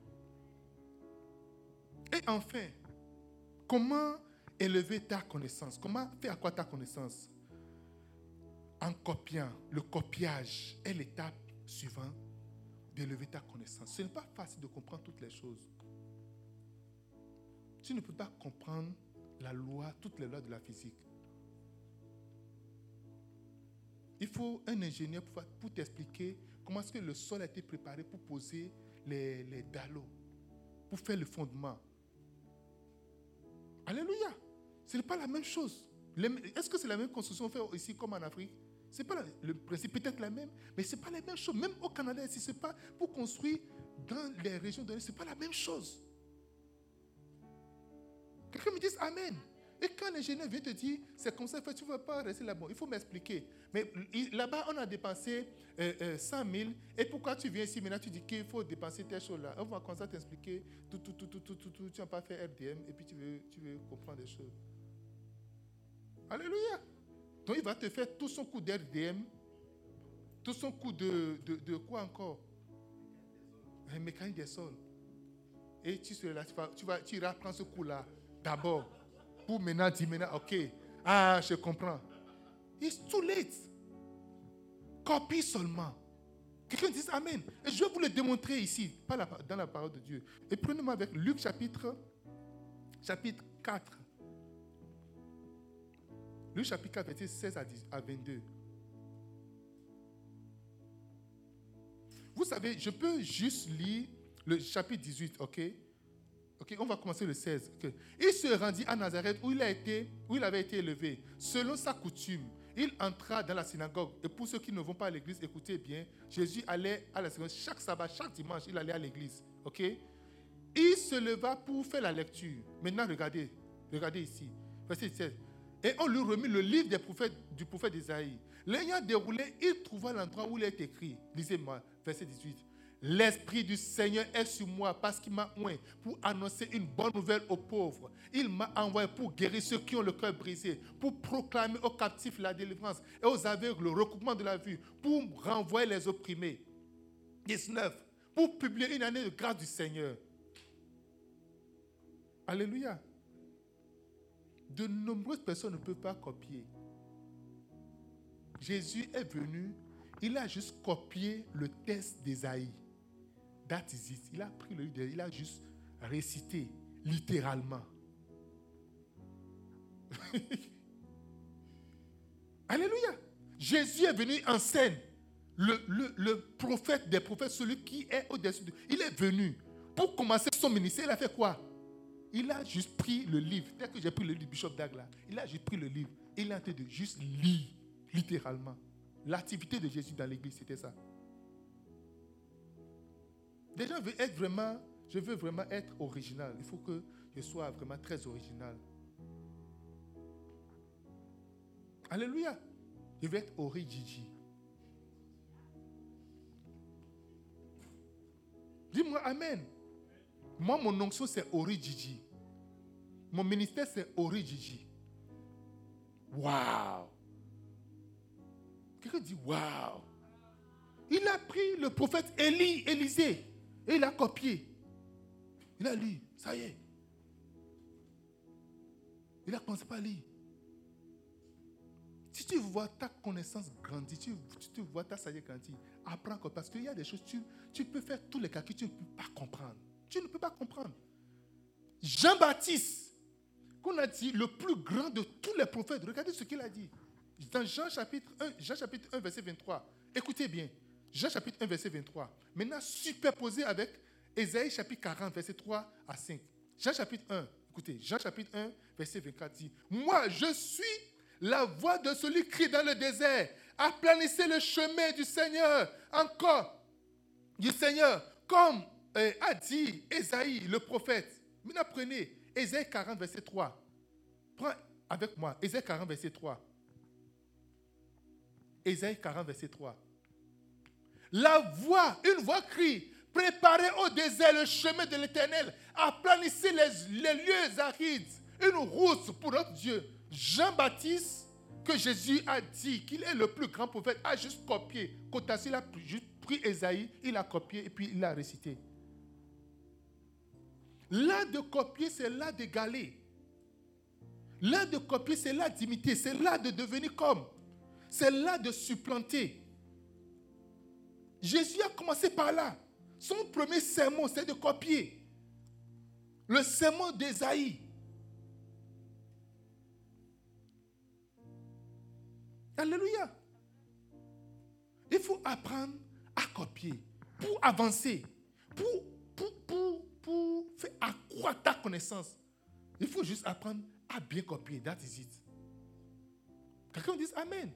Et enfin, comment élever ta connaissance? Comment faire quoi ta connaissance? En copiant. Le copiage est l'étape suivante d'élever ta connaissance. Ce n'est pas facile de comprendre toutes les choses. Tu ne peux pas comprendre la loi, toutes les lois de la physique. Il faut un ingénieur pour, pour t'expliquer comment est-ce que le sol a été préparé pour poser les, les dallots, pour faire le fondement. Alléluia. Ce n'est pas la même chose. Est-ce que c'est la même construction fait ici comme en Afrique? C'est pas la, le principe peut-être la même, mais ce n'est pas la même chose. Même au Canada, ici, ce n'est pas pour construire dans les régions données, ce n'est pas la même chose. Quelqu'un me dit Amen. Et quand l'ingénieur vient te dire, c'est comme ça, tu ne vas pas rester là-bas. Il faut m'expliquer. Mais là-bas, on a dépensé euh, euh, cent mille. Et pourquoi tu viens ici maintenant, tu dis qu'il faut dépenser telle chose-là. On va commencer à t'expliquer tout, tout, tout, tout, tout, tout, tout. Tu n'as pas fait R D M et puis tu veux, tu veux comprendre des choses. Alléluia. Donc, il va te faire tout son coup d'R D M, tout son coup de, de, de quoi encore? Un mécanique des sols. Et tu seras là, tu vas, tu vas, tu iras prendre ce coup-là d'abord. Pour maintenant dire maintenant, ok, ah, je comprends. It's too late. Copie seulement. Quelqu'un dit Amen. Et je vais vous le démontrer ici, pas la, dans la parole de Dieu. Et prenez-moi avec Luc chapitre, chapitre quatre. Luc chapitre quatre, verset seize à vingt-deux. Vous savez, je peux juste lire le chapitre dix-huit, ok? Ok, on va commencer le seize. Okay. Il se rendit à Nazareth où il, a été, où il avait été élevé. Selon sa coutume, il entra dans la synagogue. Et pour ceux qui ne vont pas à l'église, écoutez bien, Jésus allait à la synagogue chaque sabbat, chaque dimanche, il allait à l'église. Ok? Il se leva pour faire la lecture. Maintenant, regardez, regardez ici, verset seize. Et on lui remit le livre des prophètes, du prophète Isaïe. L'ayant déroulé, il trouva l'endroit où il est écrit. Lisez-moi, verset dix-huit. L'Esprit du Seigneur est sur moi parce qu'il m'a oint pour annoncer une bonne nouvelle aux pauvres. Il m'a envoyé pour guérir ceux qui ont le cœur brisé, pour proclamer aux captifs la délivrance et aux aveugles le recoupement de la vue, pour renvoyer les opprimés. dix-neuf. Pour publier une année de grâce du Seigneur. Alléluia. De nombreuses personnes ne peuvent pas copier. Jésus est venu, il a juste copié le texte d'Ésaïe. That is it. Il a pris le livre, il a juste récité littéralement. Alléluia. Jésus est venu en scène. Le, le, le prophète des prophètes, celui qui est au-dessus de... Il est venu. Pour commencer son ministère, il a fait quoi? Il a juste pris le livre. Dès que j'ai pris le livre du Bishop Dagla, il a juste pris le livre. Et il a été de juste lire, littéralement. L'activité de Jésus dans l'église, c'était ça. Déjà, je veux être vraiment, je veux vraiment être original. Il faut que je sois vraiment très original. Alléluia. Je veux être Ori-Gigi. Dis-moi Amen. Moi, mon onction, c'est Ori-Gigi. Mon ministère, c'est Ori-Gigi. Waouh. Quelqu'un dit waouh. Il a pris le prophète Élie, Élisée, et il a copié. Il a lu, ça y est. Il a commencé par lire. Si tu vois ta connaissance grandir, tu, tu vois ta sagesse grandir, apprends quoi. Parce qu'il y a des choses, tu, tu peux faire tous les calculs, tu ne peux pas comprendre. Tu ne peux pas comprendre. Jean-Baptiste, qu'on a dit le plus grand de tous les prophètes, regardez ce qu'il a dit. Dans Jean chapitre un, Jean chapitre un, verset vingt-trois. Écoutez bien. Jean chapitre un, verset vingt-trois. Maintenant, superposé avec Ésaïe chapitre quarante, verset trois à cinq. Jean chapitre un, écoutez, Jean chapitre un, verset vingt-quatre dit, « Moi, je suis la voix de celui qui crie dans le désert. Aplanissez le chemin du Seigneur. » Encore, du Seigneur, comme euh, a dit Ésaïe, le prophète. Maintenant, prenez Ésaïe quarante, verset trois. Prends avec moi, Ésaïe quarante, verset trois. Ésaïe quarante, verset trois. La voix, une voix crie, préparez au désert le chemin de l'Éternel, aplanissez les, les lieux arides, une route pour notre Dieu. Jean-Baptiste, que Jésus a dit qu'il est le plus grand prophète, a juste copié. Cotassi, il a juste pris Ésaïe, il a copié et puis il l'a récité. L'art de copier, c'est l'art d'égaler. L'art de copier, c'est l'art d'imiter, c'est l'art de devenir comme. C'est l'art de supplanter. Jésus a commencé par là. Son premier sermon, c'est de copier. Le sermon d'Ésaïe. Alléluia. Il faut apprendre à copier pour avancer, pour, pour, pour, pour faire accroître ta connaissance. Il faut juste apprendre à bien copier. That is it. Quelqu'un dit Amen.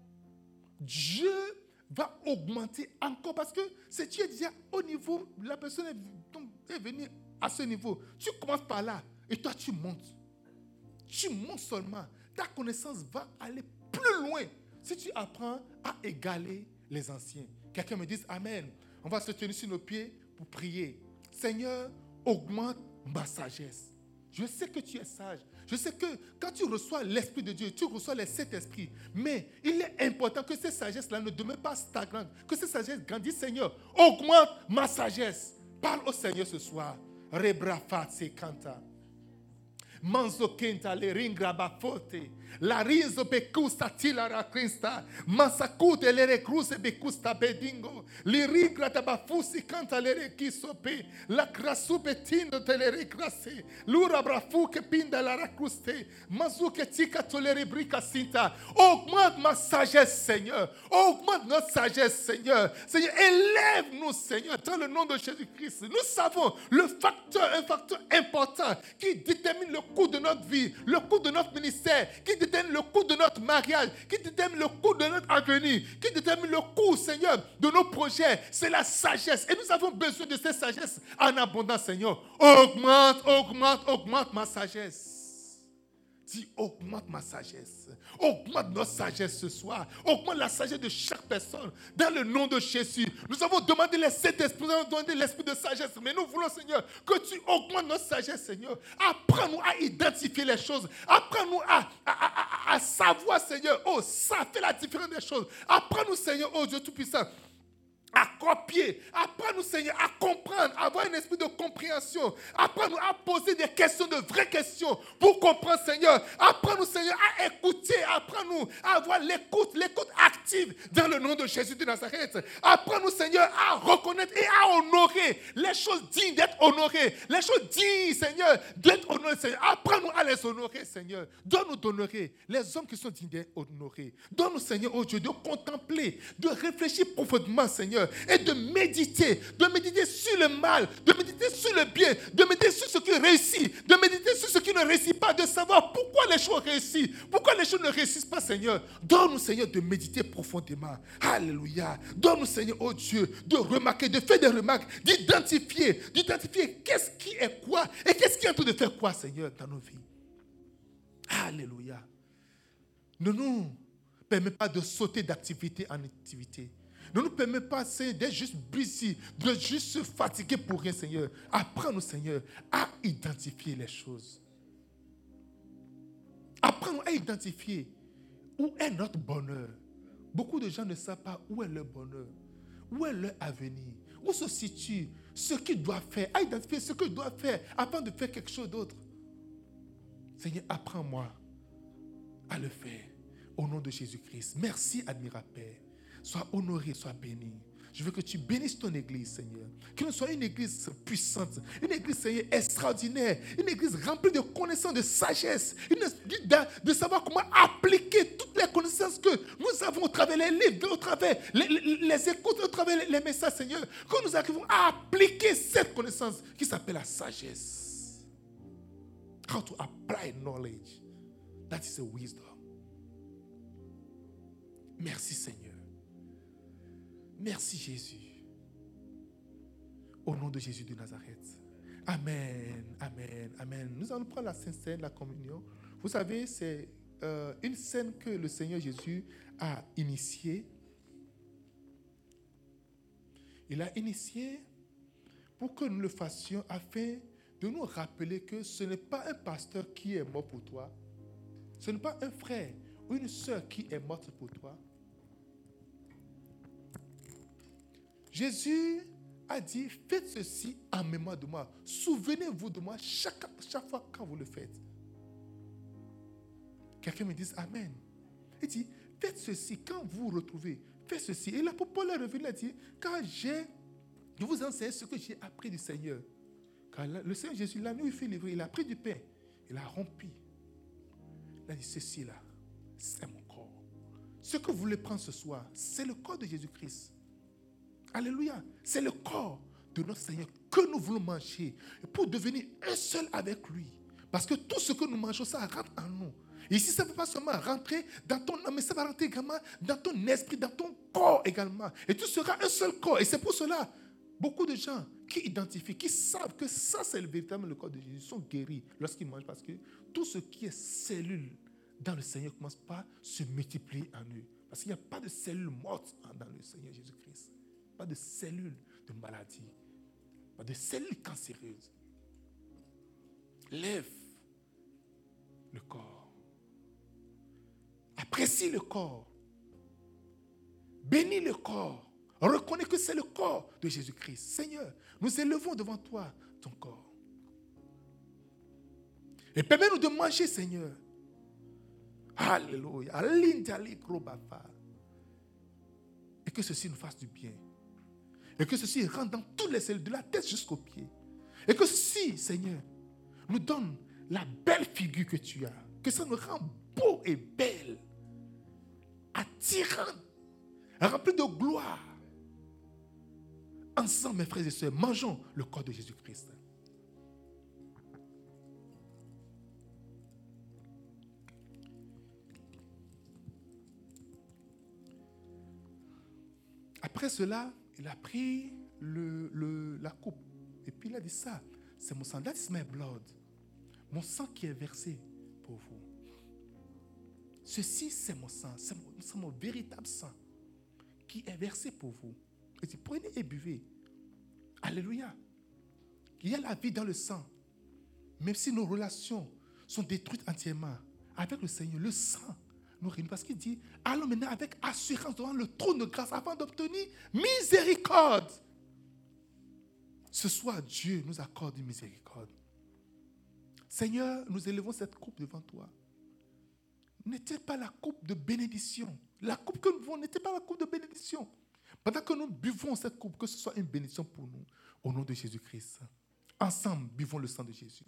Dieu va augmenter encore parce que si tu es déjà au niveau, la personne est, est venue à ce niveau. Tu commences par là et toi tu montes. Tu montes seulement. Ta connaissance va aller plus loin si tu apprends à égaler les anciens. Quelqu'un me dise Amen. On va se tenir sur nos pieds pour prier. Seigneur, augmente ma sagesse. Je sais que tu es sage. Je sais que quand tu reçois l'Esprit de Dieu, tu reçois les sept esprits. Mais il est important que cette sagesse-là ne demeure pas stagnante. Que cette sagesse grandisse, Seigneur. Augmente ma sagesse. Parle au Seigneur ce soir. Rebrafa se canta. Manzo kenta le ringraba forte. La rinzo bekusta tila rakrista. Masakute le recruse bekusta bedingo. Li rigra tabafusi canta le rekisope. La krasupe tindo te le recrase. Lura brafu que pinda la racruste. Mazuke tika tolere brica cinta. Augmente ma sagesse, Seigneur. Augmente notre sagesse, Seigneur. Seigneur, élève-nous, Seigneur, dans le nom de Jésus-Christ. Nous savons le facteur, un facteur important qui détermine le cours de notre vie, le cours de notre ministère, qui détermine le cours de notre mariage, qui détermine le cours de notre avenir, qui détermine le cours, Seigneur, de nos projets. C'est la sagesse. Et nous avons besoin de cette sagesse en abondance, Seigneur. Augmente, augmente, augmente ma sagesse. Dis, augmente ma sagesse. Augmente notre sagesse ce soir. Augmente la sagesse de chaque personne. Dans le nom de Jésus. Nous avons demandé les sept esprits. Nous avons demandé l'esprit de sagesse. Mais nous voulons, Seigneur, que tu augmentes notre sagesse, Seigneur. Apprends-nous à identifier les choses. Apprends-nous à, à, à, à savoir, Seigneur. Oh, ça fait la différence des choses. Apprends-nous, Seigneur, oh Dieu Tout-Puissant, à copier. Apprends-nous, Seigneur, à comprendre, à avoir un esprit de compréhension. Apprends-nous à poser des questions, de vraies questions pour comprendre, Seigneur. Apprends-nous, Seigneur, à écouter. Apprends-nous à avoir l'écoute, l'écoute active dans le nom de Jésus de Nazareth. Apprends-nous, Seigneur, à reconnaître et à honorer les choses dignes d'être honorées. Les choses dignes, Seigneur, d'être honorées, Seigneur. Apprends-nous à les honorer, Seigneur. Donne-nous d'honorer les hommes qui sont dignes d'être honorés. Donne-nous, Seigneur, oh Dieu, de contempler, de réfléchir profondément, Seigneur, et de méditer, de méditer sur le mal, de méditer sur le bien, de méditer sur ce qui réussit, de méditer sur ce qui ne réussit pas, de savoir pourquoi les choses réussissent, pourquoi les choses ne réussissent pas, Seigneur. Donne-nous, Seigneur, de méditer profondément. Alléluia. Donne-nous, Seigneur, oh Dieu, de remarquer, de faire des remarques, d'identifier, d'identifier qu'est-ce qui est quoi et qu'est-ce qui est en train de faire quoi, Seigneur, dans nos vies. Alléluia. Ne nous permets pas de sauter d'activité en activité. Ne nous permets pas, Seigneur, d'être juste busy, de juste se fatiguer pour rien, Seigneur. Apprends-nous, Seigneur, à identifier les choses. Apprends-nous à identifier où est notre bonheur. Beaucoup de gens ne savent pas où est leur bonheur, où est leur avenir, où se situe ce qu'ils doivent faire, à identifier ce qu'ils doivent faire avant de faire quelque chose d'autre. Seigneur, apprends-moi à le faire au nom de Jésus-Christ. Merci, admirable Père. Sois honoré, sois béni. Je veux que tu bénisses ton église, Seigneur. Que nous soyons une église puissante, une église, Seigneur, extraordinaire, une église remplie de connaissances, de sagesse, une, de, de savoir comment appliquer toutes les connaissances que nous avons au travers des livres, au travers les, les, les écoutes, au travers les, les messages, Seigneur. Que nous arrivons à appliquer cette connaissance qui s'appelle la sagesse. How to apply knowledge. That is a wisdom. Merci, Seigneur. Merci Jésus. Au nom de Jésus de Nazareth. Amen, amen, amen. Nous allons prendre la Sainte Seine, la communion. Vous savez, c'est euh, une scène que le Seigneur Jésus a initiée. Il a initié pour que nous le fassions afin de nous rappeler que ce n'est pas un pasteur qui est mort pour toi. Ce n'est pas un frère ou une sœur qui est morte pour toi. Jésus a dit, faites ceci en mémoire de moi. Souvenez-vous de moi chaque, chaque fois quand vous le faites. Quelqu'un me dit Amen. Il dit, faites ceci quand vous vous retrouvez. Faites ceci. Et l'apôtre Paul est revenu, il a dit, quand j'ai, je vous enseigne ce que j'ai appris du Seigneur. Quand le Seigneur Jésus, la nuit, il fait livrer, il a pris du pain, il a rompu. Il a dit, ceci là, c'est mon corps. Ce que vous voulez prendre ce soir, c'est le corps de Jésus-Christ. Alléluia. C'est le corps de notre Seigneur que nous voulons manger pour devenir un seul avec lui. Parce que tout ce que nous mangeons, ça rentre en nous. Et ici, ça ne va pas seulement rentrer dans ton âme, mais ça va rentrer également dans ton esprit, dans ton corps également. Et tu seras un seul corps. Et c'est pour cela, beaucoup de gens qui identifient, qui savent que ça, c'est le véritable le corps de Jésus, sont guéris lorsqu'ils mangent. Parce que tout ce qui est cellule dans le Seigneur commence par se multiplier en eux. Parce qu'il n'y a pas de cellules mortes dans le Seigneur Jésus-Christ. Pas de cellules de maladie, pas de cellules cancéreuses. Lève le corps. Apprécie le corps. Bénis le corps. Reconnais que c'est le corps de Jésus-Christ. Seigneur, nous élevons devant toi ton corps. Et permets-nous de manger, Seigneur. Alléluia. Et que ceci nous fasse du bien. Et que ceci rentre dans toutes les cellules, de la tête jusqu'aux pieds. Et que ceci, Seigneur, nous donne la belle figure que tu as. Que ça nous rend beau et belle, attirant, rempli de gloire. Ensemble, mes frères et sœurs, mangeons le corps de Jésus-Christ. Après cela, il a pris le, le, la coupe. Et puis il a dit ça, c'est mon sang. That is my blood. Mon sang qui est versé pour vous. Ceci, c'est mon sang. C'est mon, c'est mon véritable sang qui est versé pour vous. Il dit, prenez et buvez. Alléluia. Il y a la vie dans le sang. Même si nos relations sont détruites entièrement, avec le Seigneur, le sang nous réunit. Parce qu'il dit, allons maintenant avec assurance devant le trône de grâce afin d'obtenir miséricorde. Ce soir, Dieu nous accorde une miséricorde. Seigneur, nous élevons cette coupe devant toi. N'était pas la coupe de bénédiction. La coupe que nous buvons n'était pas la coupe de bénédiction. Pendant que nous buvons cette coupe, que ce soit une bénédiction pour nous, au nom de Jésus-Christ. Ensemble, buvons le sang de Jésus.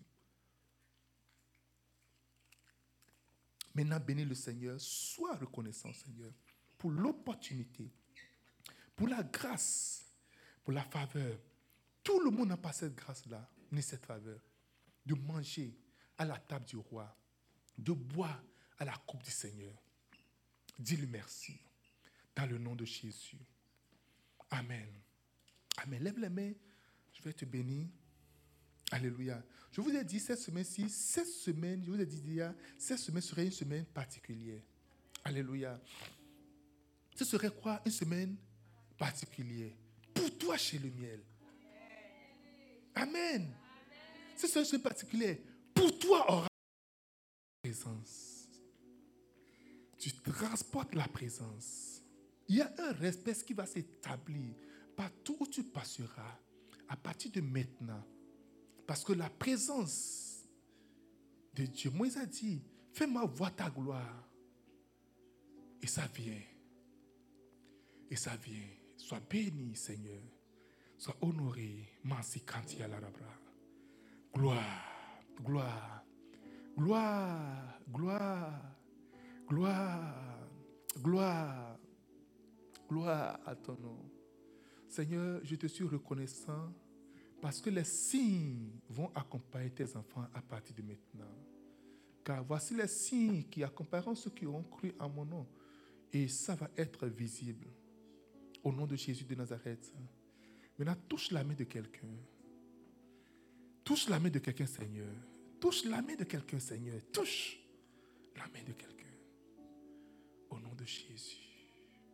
Maintenant, bénis le Seigneur. Sois reconnaissant, Seigneur, pour l'opportunité, pour la grâce, pour la faveur. Tout le monde n'a pas cette grâce-là, ni cette faveur, de manger à la table du roi, de boire à la coupe du Seigneur. Dis-lui merci, dans le nom de Jésus. Amen. Amen. Lève les mains, je vais te bénir. Alléluia. Je vous ai dit cette semaine-ci, cette semaine, je vous ai dit hier, cette semaine serait une semaine particulière. Alléluia. Ce serait quoi? Une semaine particulière. Pour toi chez le miel. Amen. Amen. Ce serait une semaine particulière. Pour toi aura la présence. Tu transportes la présence. Il y a un respect qui va s'établir partout où tu passeras à partir de maintenant. Parce que la présence de Dieu, Moïse a dit, fais-moi voir ta gloire. Et ça vient. Et ça vient. Sois béni, Seigneur. Sois honoré. Merci Kanti Alarabra. Gloire, gloire, gloire, gloire, gloire, gloire, gloire à ton nom. Seigneur, je te suis reconnaissant parce que les signes vont accompagner tes enfants à partir de maintenant. Car voici les signes qui accompagneront ceux qui ont cru en mon nom. Et ça va être visible. Au nom de Jésus de Nazareth. Maintenant, touche la main de quelqu'un. Touche la main de quelqu'un, Seigneur. Touche la main de quelqu'un, Seigneur. Touche la main de quelqu'un. Au nom de Jésus.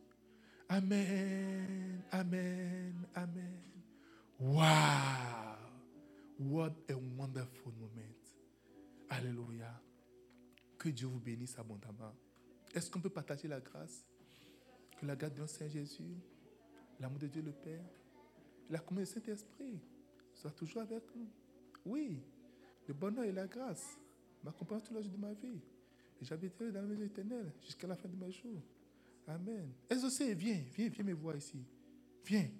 Amen. Amen. Amen. Wow. What a wonderful moment. Alléluia. Que Dieu vous bénisse abondamment. Est-ce qu'on peut partager la grâce? Que la grâce de notre Seigneur Jésus, l'amour de Dieu le Père, la communion du Saint-Esprit soit toujours avec nous. Oui, le bonheur et la grâce m'accompagnent tous les jours de ma vie. Et j'habiterai dans la maison éternelle jusqu'à la fin de mes jours. Amen. Exaucé, viens, viens, viens me voir ici. Viens.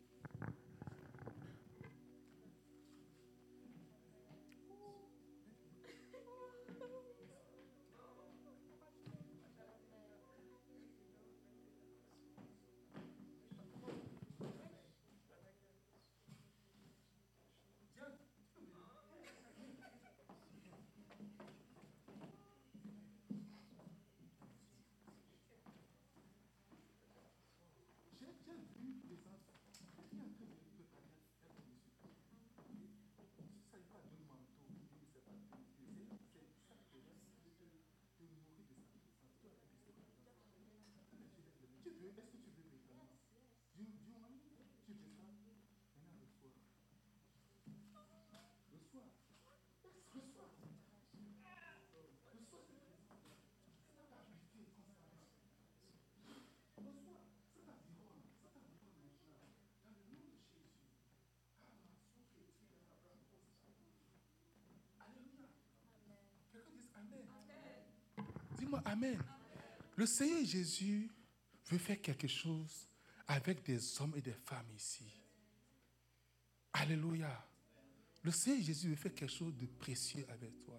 Dis-moi Amen. Le Seigneur Jésus veut faire quelque chose avec des hommes et des femmes ici. Alléluia. Le Seigneur Jésus veut faire quelque chose de précieux avec toi.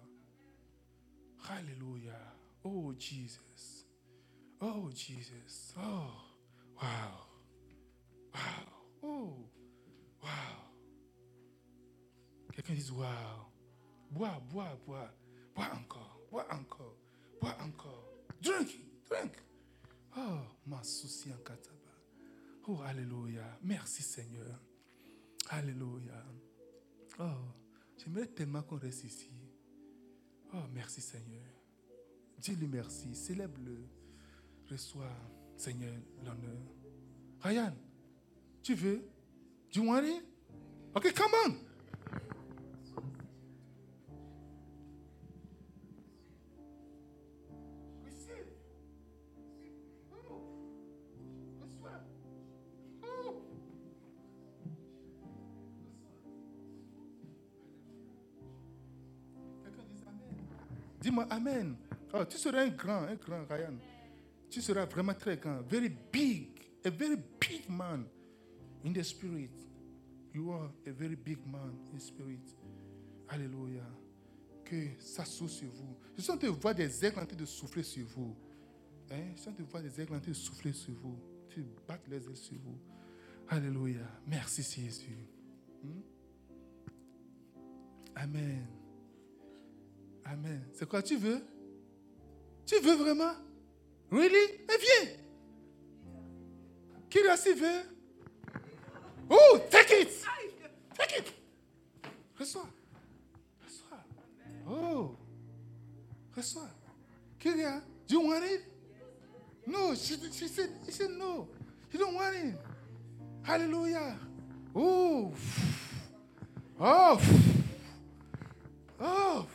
Alléluia. Oh Jesus. Oh Jesus. Oh. Wow. Wow. Oh. Wow. Quelqu'un dit wow. Bois, bois, bois. Bois encore. Bois encore. Bois encore. Drink. Drink. Oh, ma souci en kataba. Oh, alléluia. Merci Seigneur. Alléluia. Oh, j'aimerais tellement qu'on reste ici. Oh, merci Seigneur. Dis-lui merci. Célèbre-le. Reçois, Seigneur, l'honneur. Ryan, tu veux? Do you want it? Okay, come on. Dis-moi Amen. Oh, tu seras un grand, un grand Ryan. Tu seras vraiment très grand. Very big. A very big man in the spirit. You are a very big man in spirit. Alléluia. Que ça souffle sur vous. Je sens de voir des aigles en train de souffler sur vous. Hein? Je sens de voir des aigles en train de souffler sur vous. Tu battes les ailes sur vous. Alléluia. Merci Jésus. Hmm? Amen. Amen. C'est quoi tu veux? Tu veux vraiment? Really? Mais viens. Qui aussi veut? Oh, take it. Take it. Reçois. Reçois. Oh. Reçois. Qui est? Do you want it? No, she, she said, she said no. You don't want it. Hallelujah. Oh. Oh. Oh.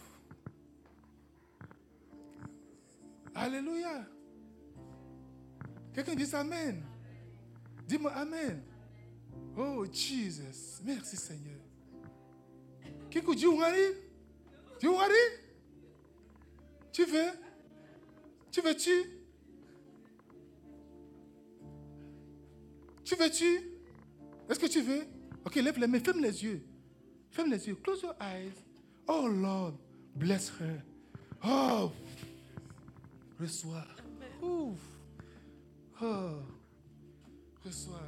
Alléluia. Quelqu'un dit Amen. Dis-moi Amen. Oh, Jesus. Merci, Seigneur. Qui dit you want it? You want it? Tu veux? Tu veux-tu? Tu veux-tu? Est-ce que tu veux? Ok, lève les mains, ferme les yeux. Ferme les yeux. Close your eyes. Oh Lord, bless her. Oh, reçois. Ouf. Oh, reçois.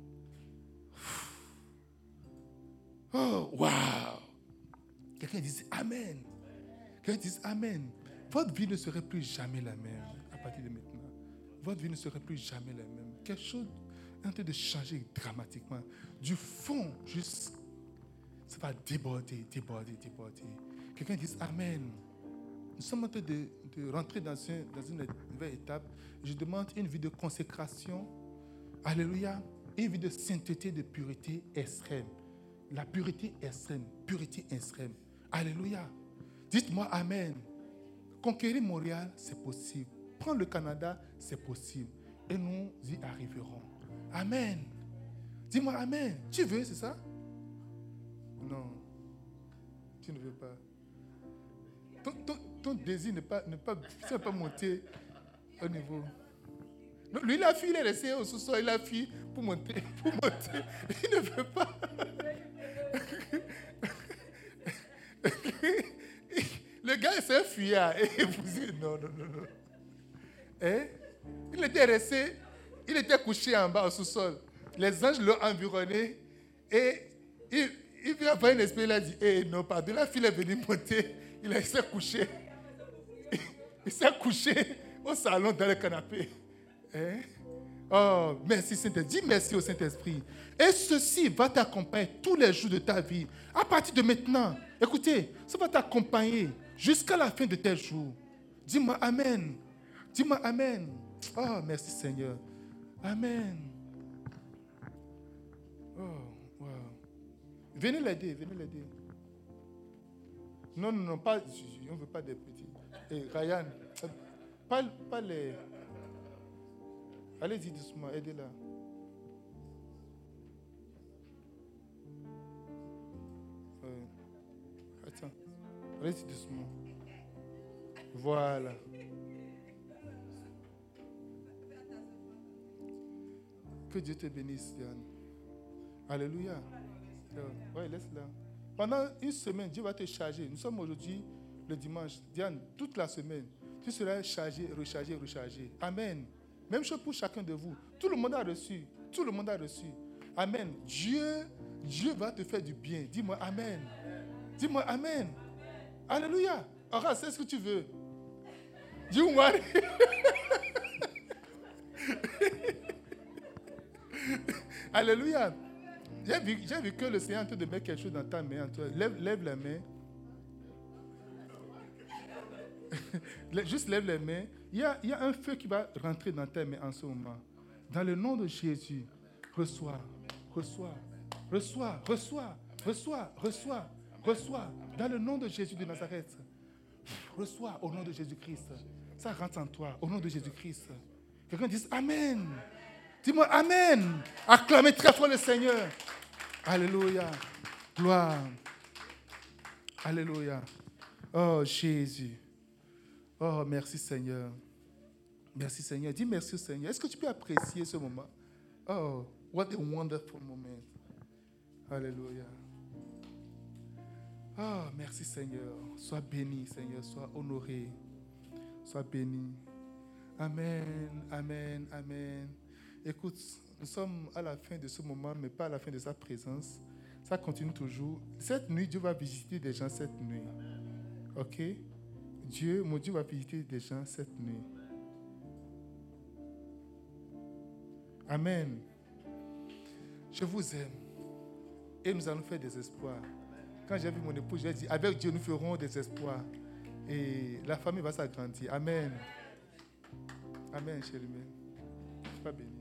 Oh, wow. Quelqu'un dit Amen. Quelqu'un dit Amen. Votre vie ne serait plus jamais la même à partir de maintenant. Votre vie ne serait plus jamais la même. Quelque chose est en train de changer dramatiquement. Du fond, juste, ça va déborder, déborder, déborder. Quelqu'un dit Amen. Nous sommes en train de, de rentrer dans, un, dans une nouvelle étape. Je demande une vie de consécration. Alléluia. Une vie de sainteté, de pureté extrême. La pureté extrême. Pureté extrême. Alléluia. Dites-moi Amen. Conquérir Montréal, c'est possible. Prendre le Canada, c'est possible. Et nous y arriverons. Amen. Dis-moi Amen. Tu veux, c'est ça? Non. Tu ne veux pas. Ton, ton, ton désir n'est pas, n'est pas, n'est pas monté au niveau. Non, lui, il a fui, il est resté au sous-sol, il a fui pour monter, pour monter. Il ne veut pas. Le gars, c'est un fuyard. Et vous dites, non, non, non, non. Hein? Il était resté, il était couché en bas au sous-sol. Les anges l'ont environné et il, il vient avoir un esprit, il a dit, eh non, pardon, la fille est venue monter, il, a, il s'est couché. Il, il s'est couché au salon dans le canapé. Hein? Oh, merci Saint-Esprit. Dis merci au Saint-Esprit. Et ceci va t'accompagner tous les jours de ta vie. À partir de maintenant, écoutez, ça va t'accompagner jusqu'à la fin de tes jours. Dis-moi Amen. Dis-moi Amen. Oh, merci Seigneur. Amen. Oh, wow. Venez l'aider, venez l'aider. Non, non, non, pas, on ne veut pas des petits. Et Ryan, pas, pas les... Allez-y doucement, aidez-la. Euh, attends, allez-y doucement. Voilà. Que Dieu te bénisse, Diane. Alléluia. Oui, laisse-la. Pendant une semaine, Dieu va te charger. Nous sommes aujourd'hui le dimanche. Diane, toute la semaine, tu seras chargé, rechargé, rechargé. Amen. Même chose pour chacun de vous. Tout le monde a reçu. Tout le monde a reçu. Amen. Dieu, Dieu va te faire du bien. Dis-moi Amen. Dis-moi Amen. Alléluia. Aura, c'est ce que tu veux. Dis-moi. Alléluia. J'ai vu, j'ai vu que le Seigneur est en train de mettre quelque chose dans ta main. En toi. Lève, lève la main. Juste lève les mains. Il y, a, il y a un feu qui va rentrer dans tes mains en ce moment. Dans le nom de Jésus, reçois, reçois, reçois, reçois, reçois, reçois, reçois. Dans le nom de Jésus de Nazareth, reçois au nom de Jésus-Christ. Ça rentre en toi, au nom de Jésus-Christ. Quelqu'un dit Amen. Dis-moi Amen. Acclamez très fort le Seigneur. Alléluia. Gloire. Alléluia. Oh Jésus. Oh, merci Seigneur. Merci Seigneur. Dis merci au Seigneur. Est-ce que tu peux apprécier ce moment? Oh, what a wonderful moment. Alléluia. Oh, merci Seigneur. Sois béni, Seigneur. Sois honoré. Sois béni. Amen, amen, amen. Écoute, nous sommes à la fin de ce moment, mais pas à la fin de sa présence. Ça continue toujours. Cette nuit, Dieu va visiter des gens cette nuit. OK? Dieu, mon Dieu va visiter des gens cette nuit. Amen. Je vous aime. Et nous allons faire des espoirs. Quand j'ai vu mon épouse, j'ai dit, avec Dieu, nous ferons des espoirs. Et la famille va s'agrandir. Amen. Amen, chérie. Sois béni.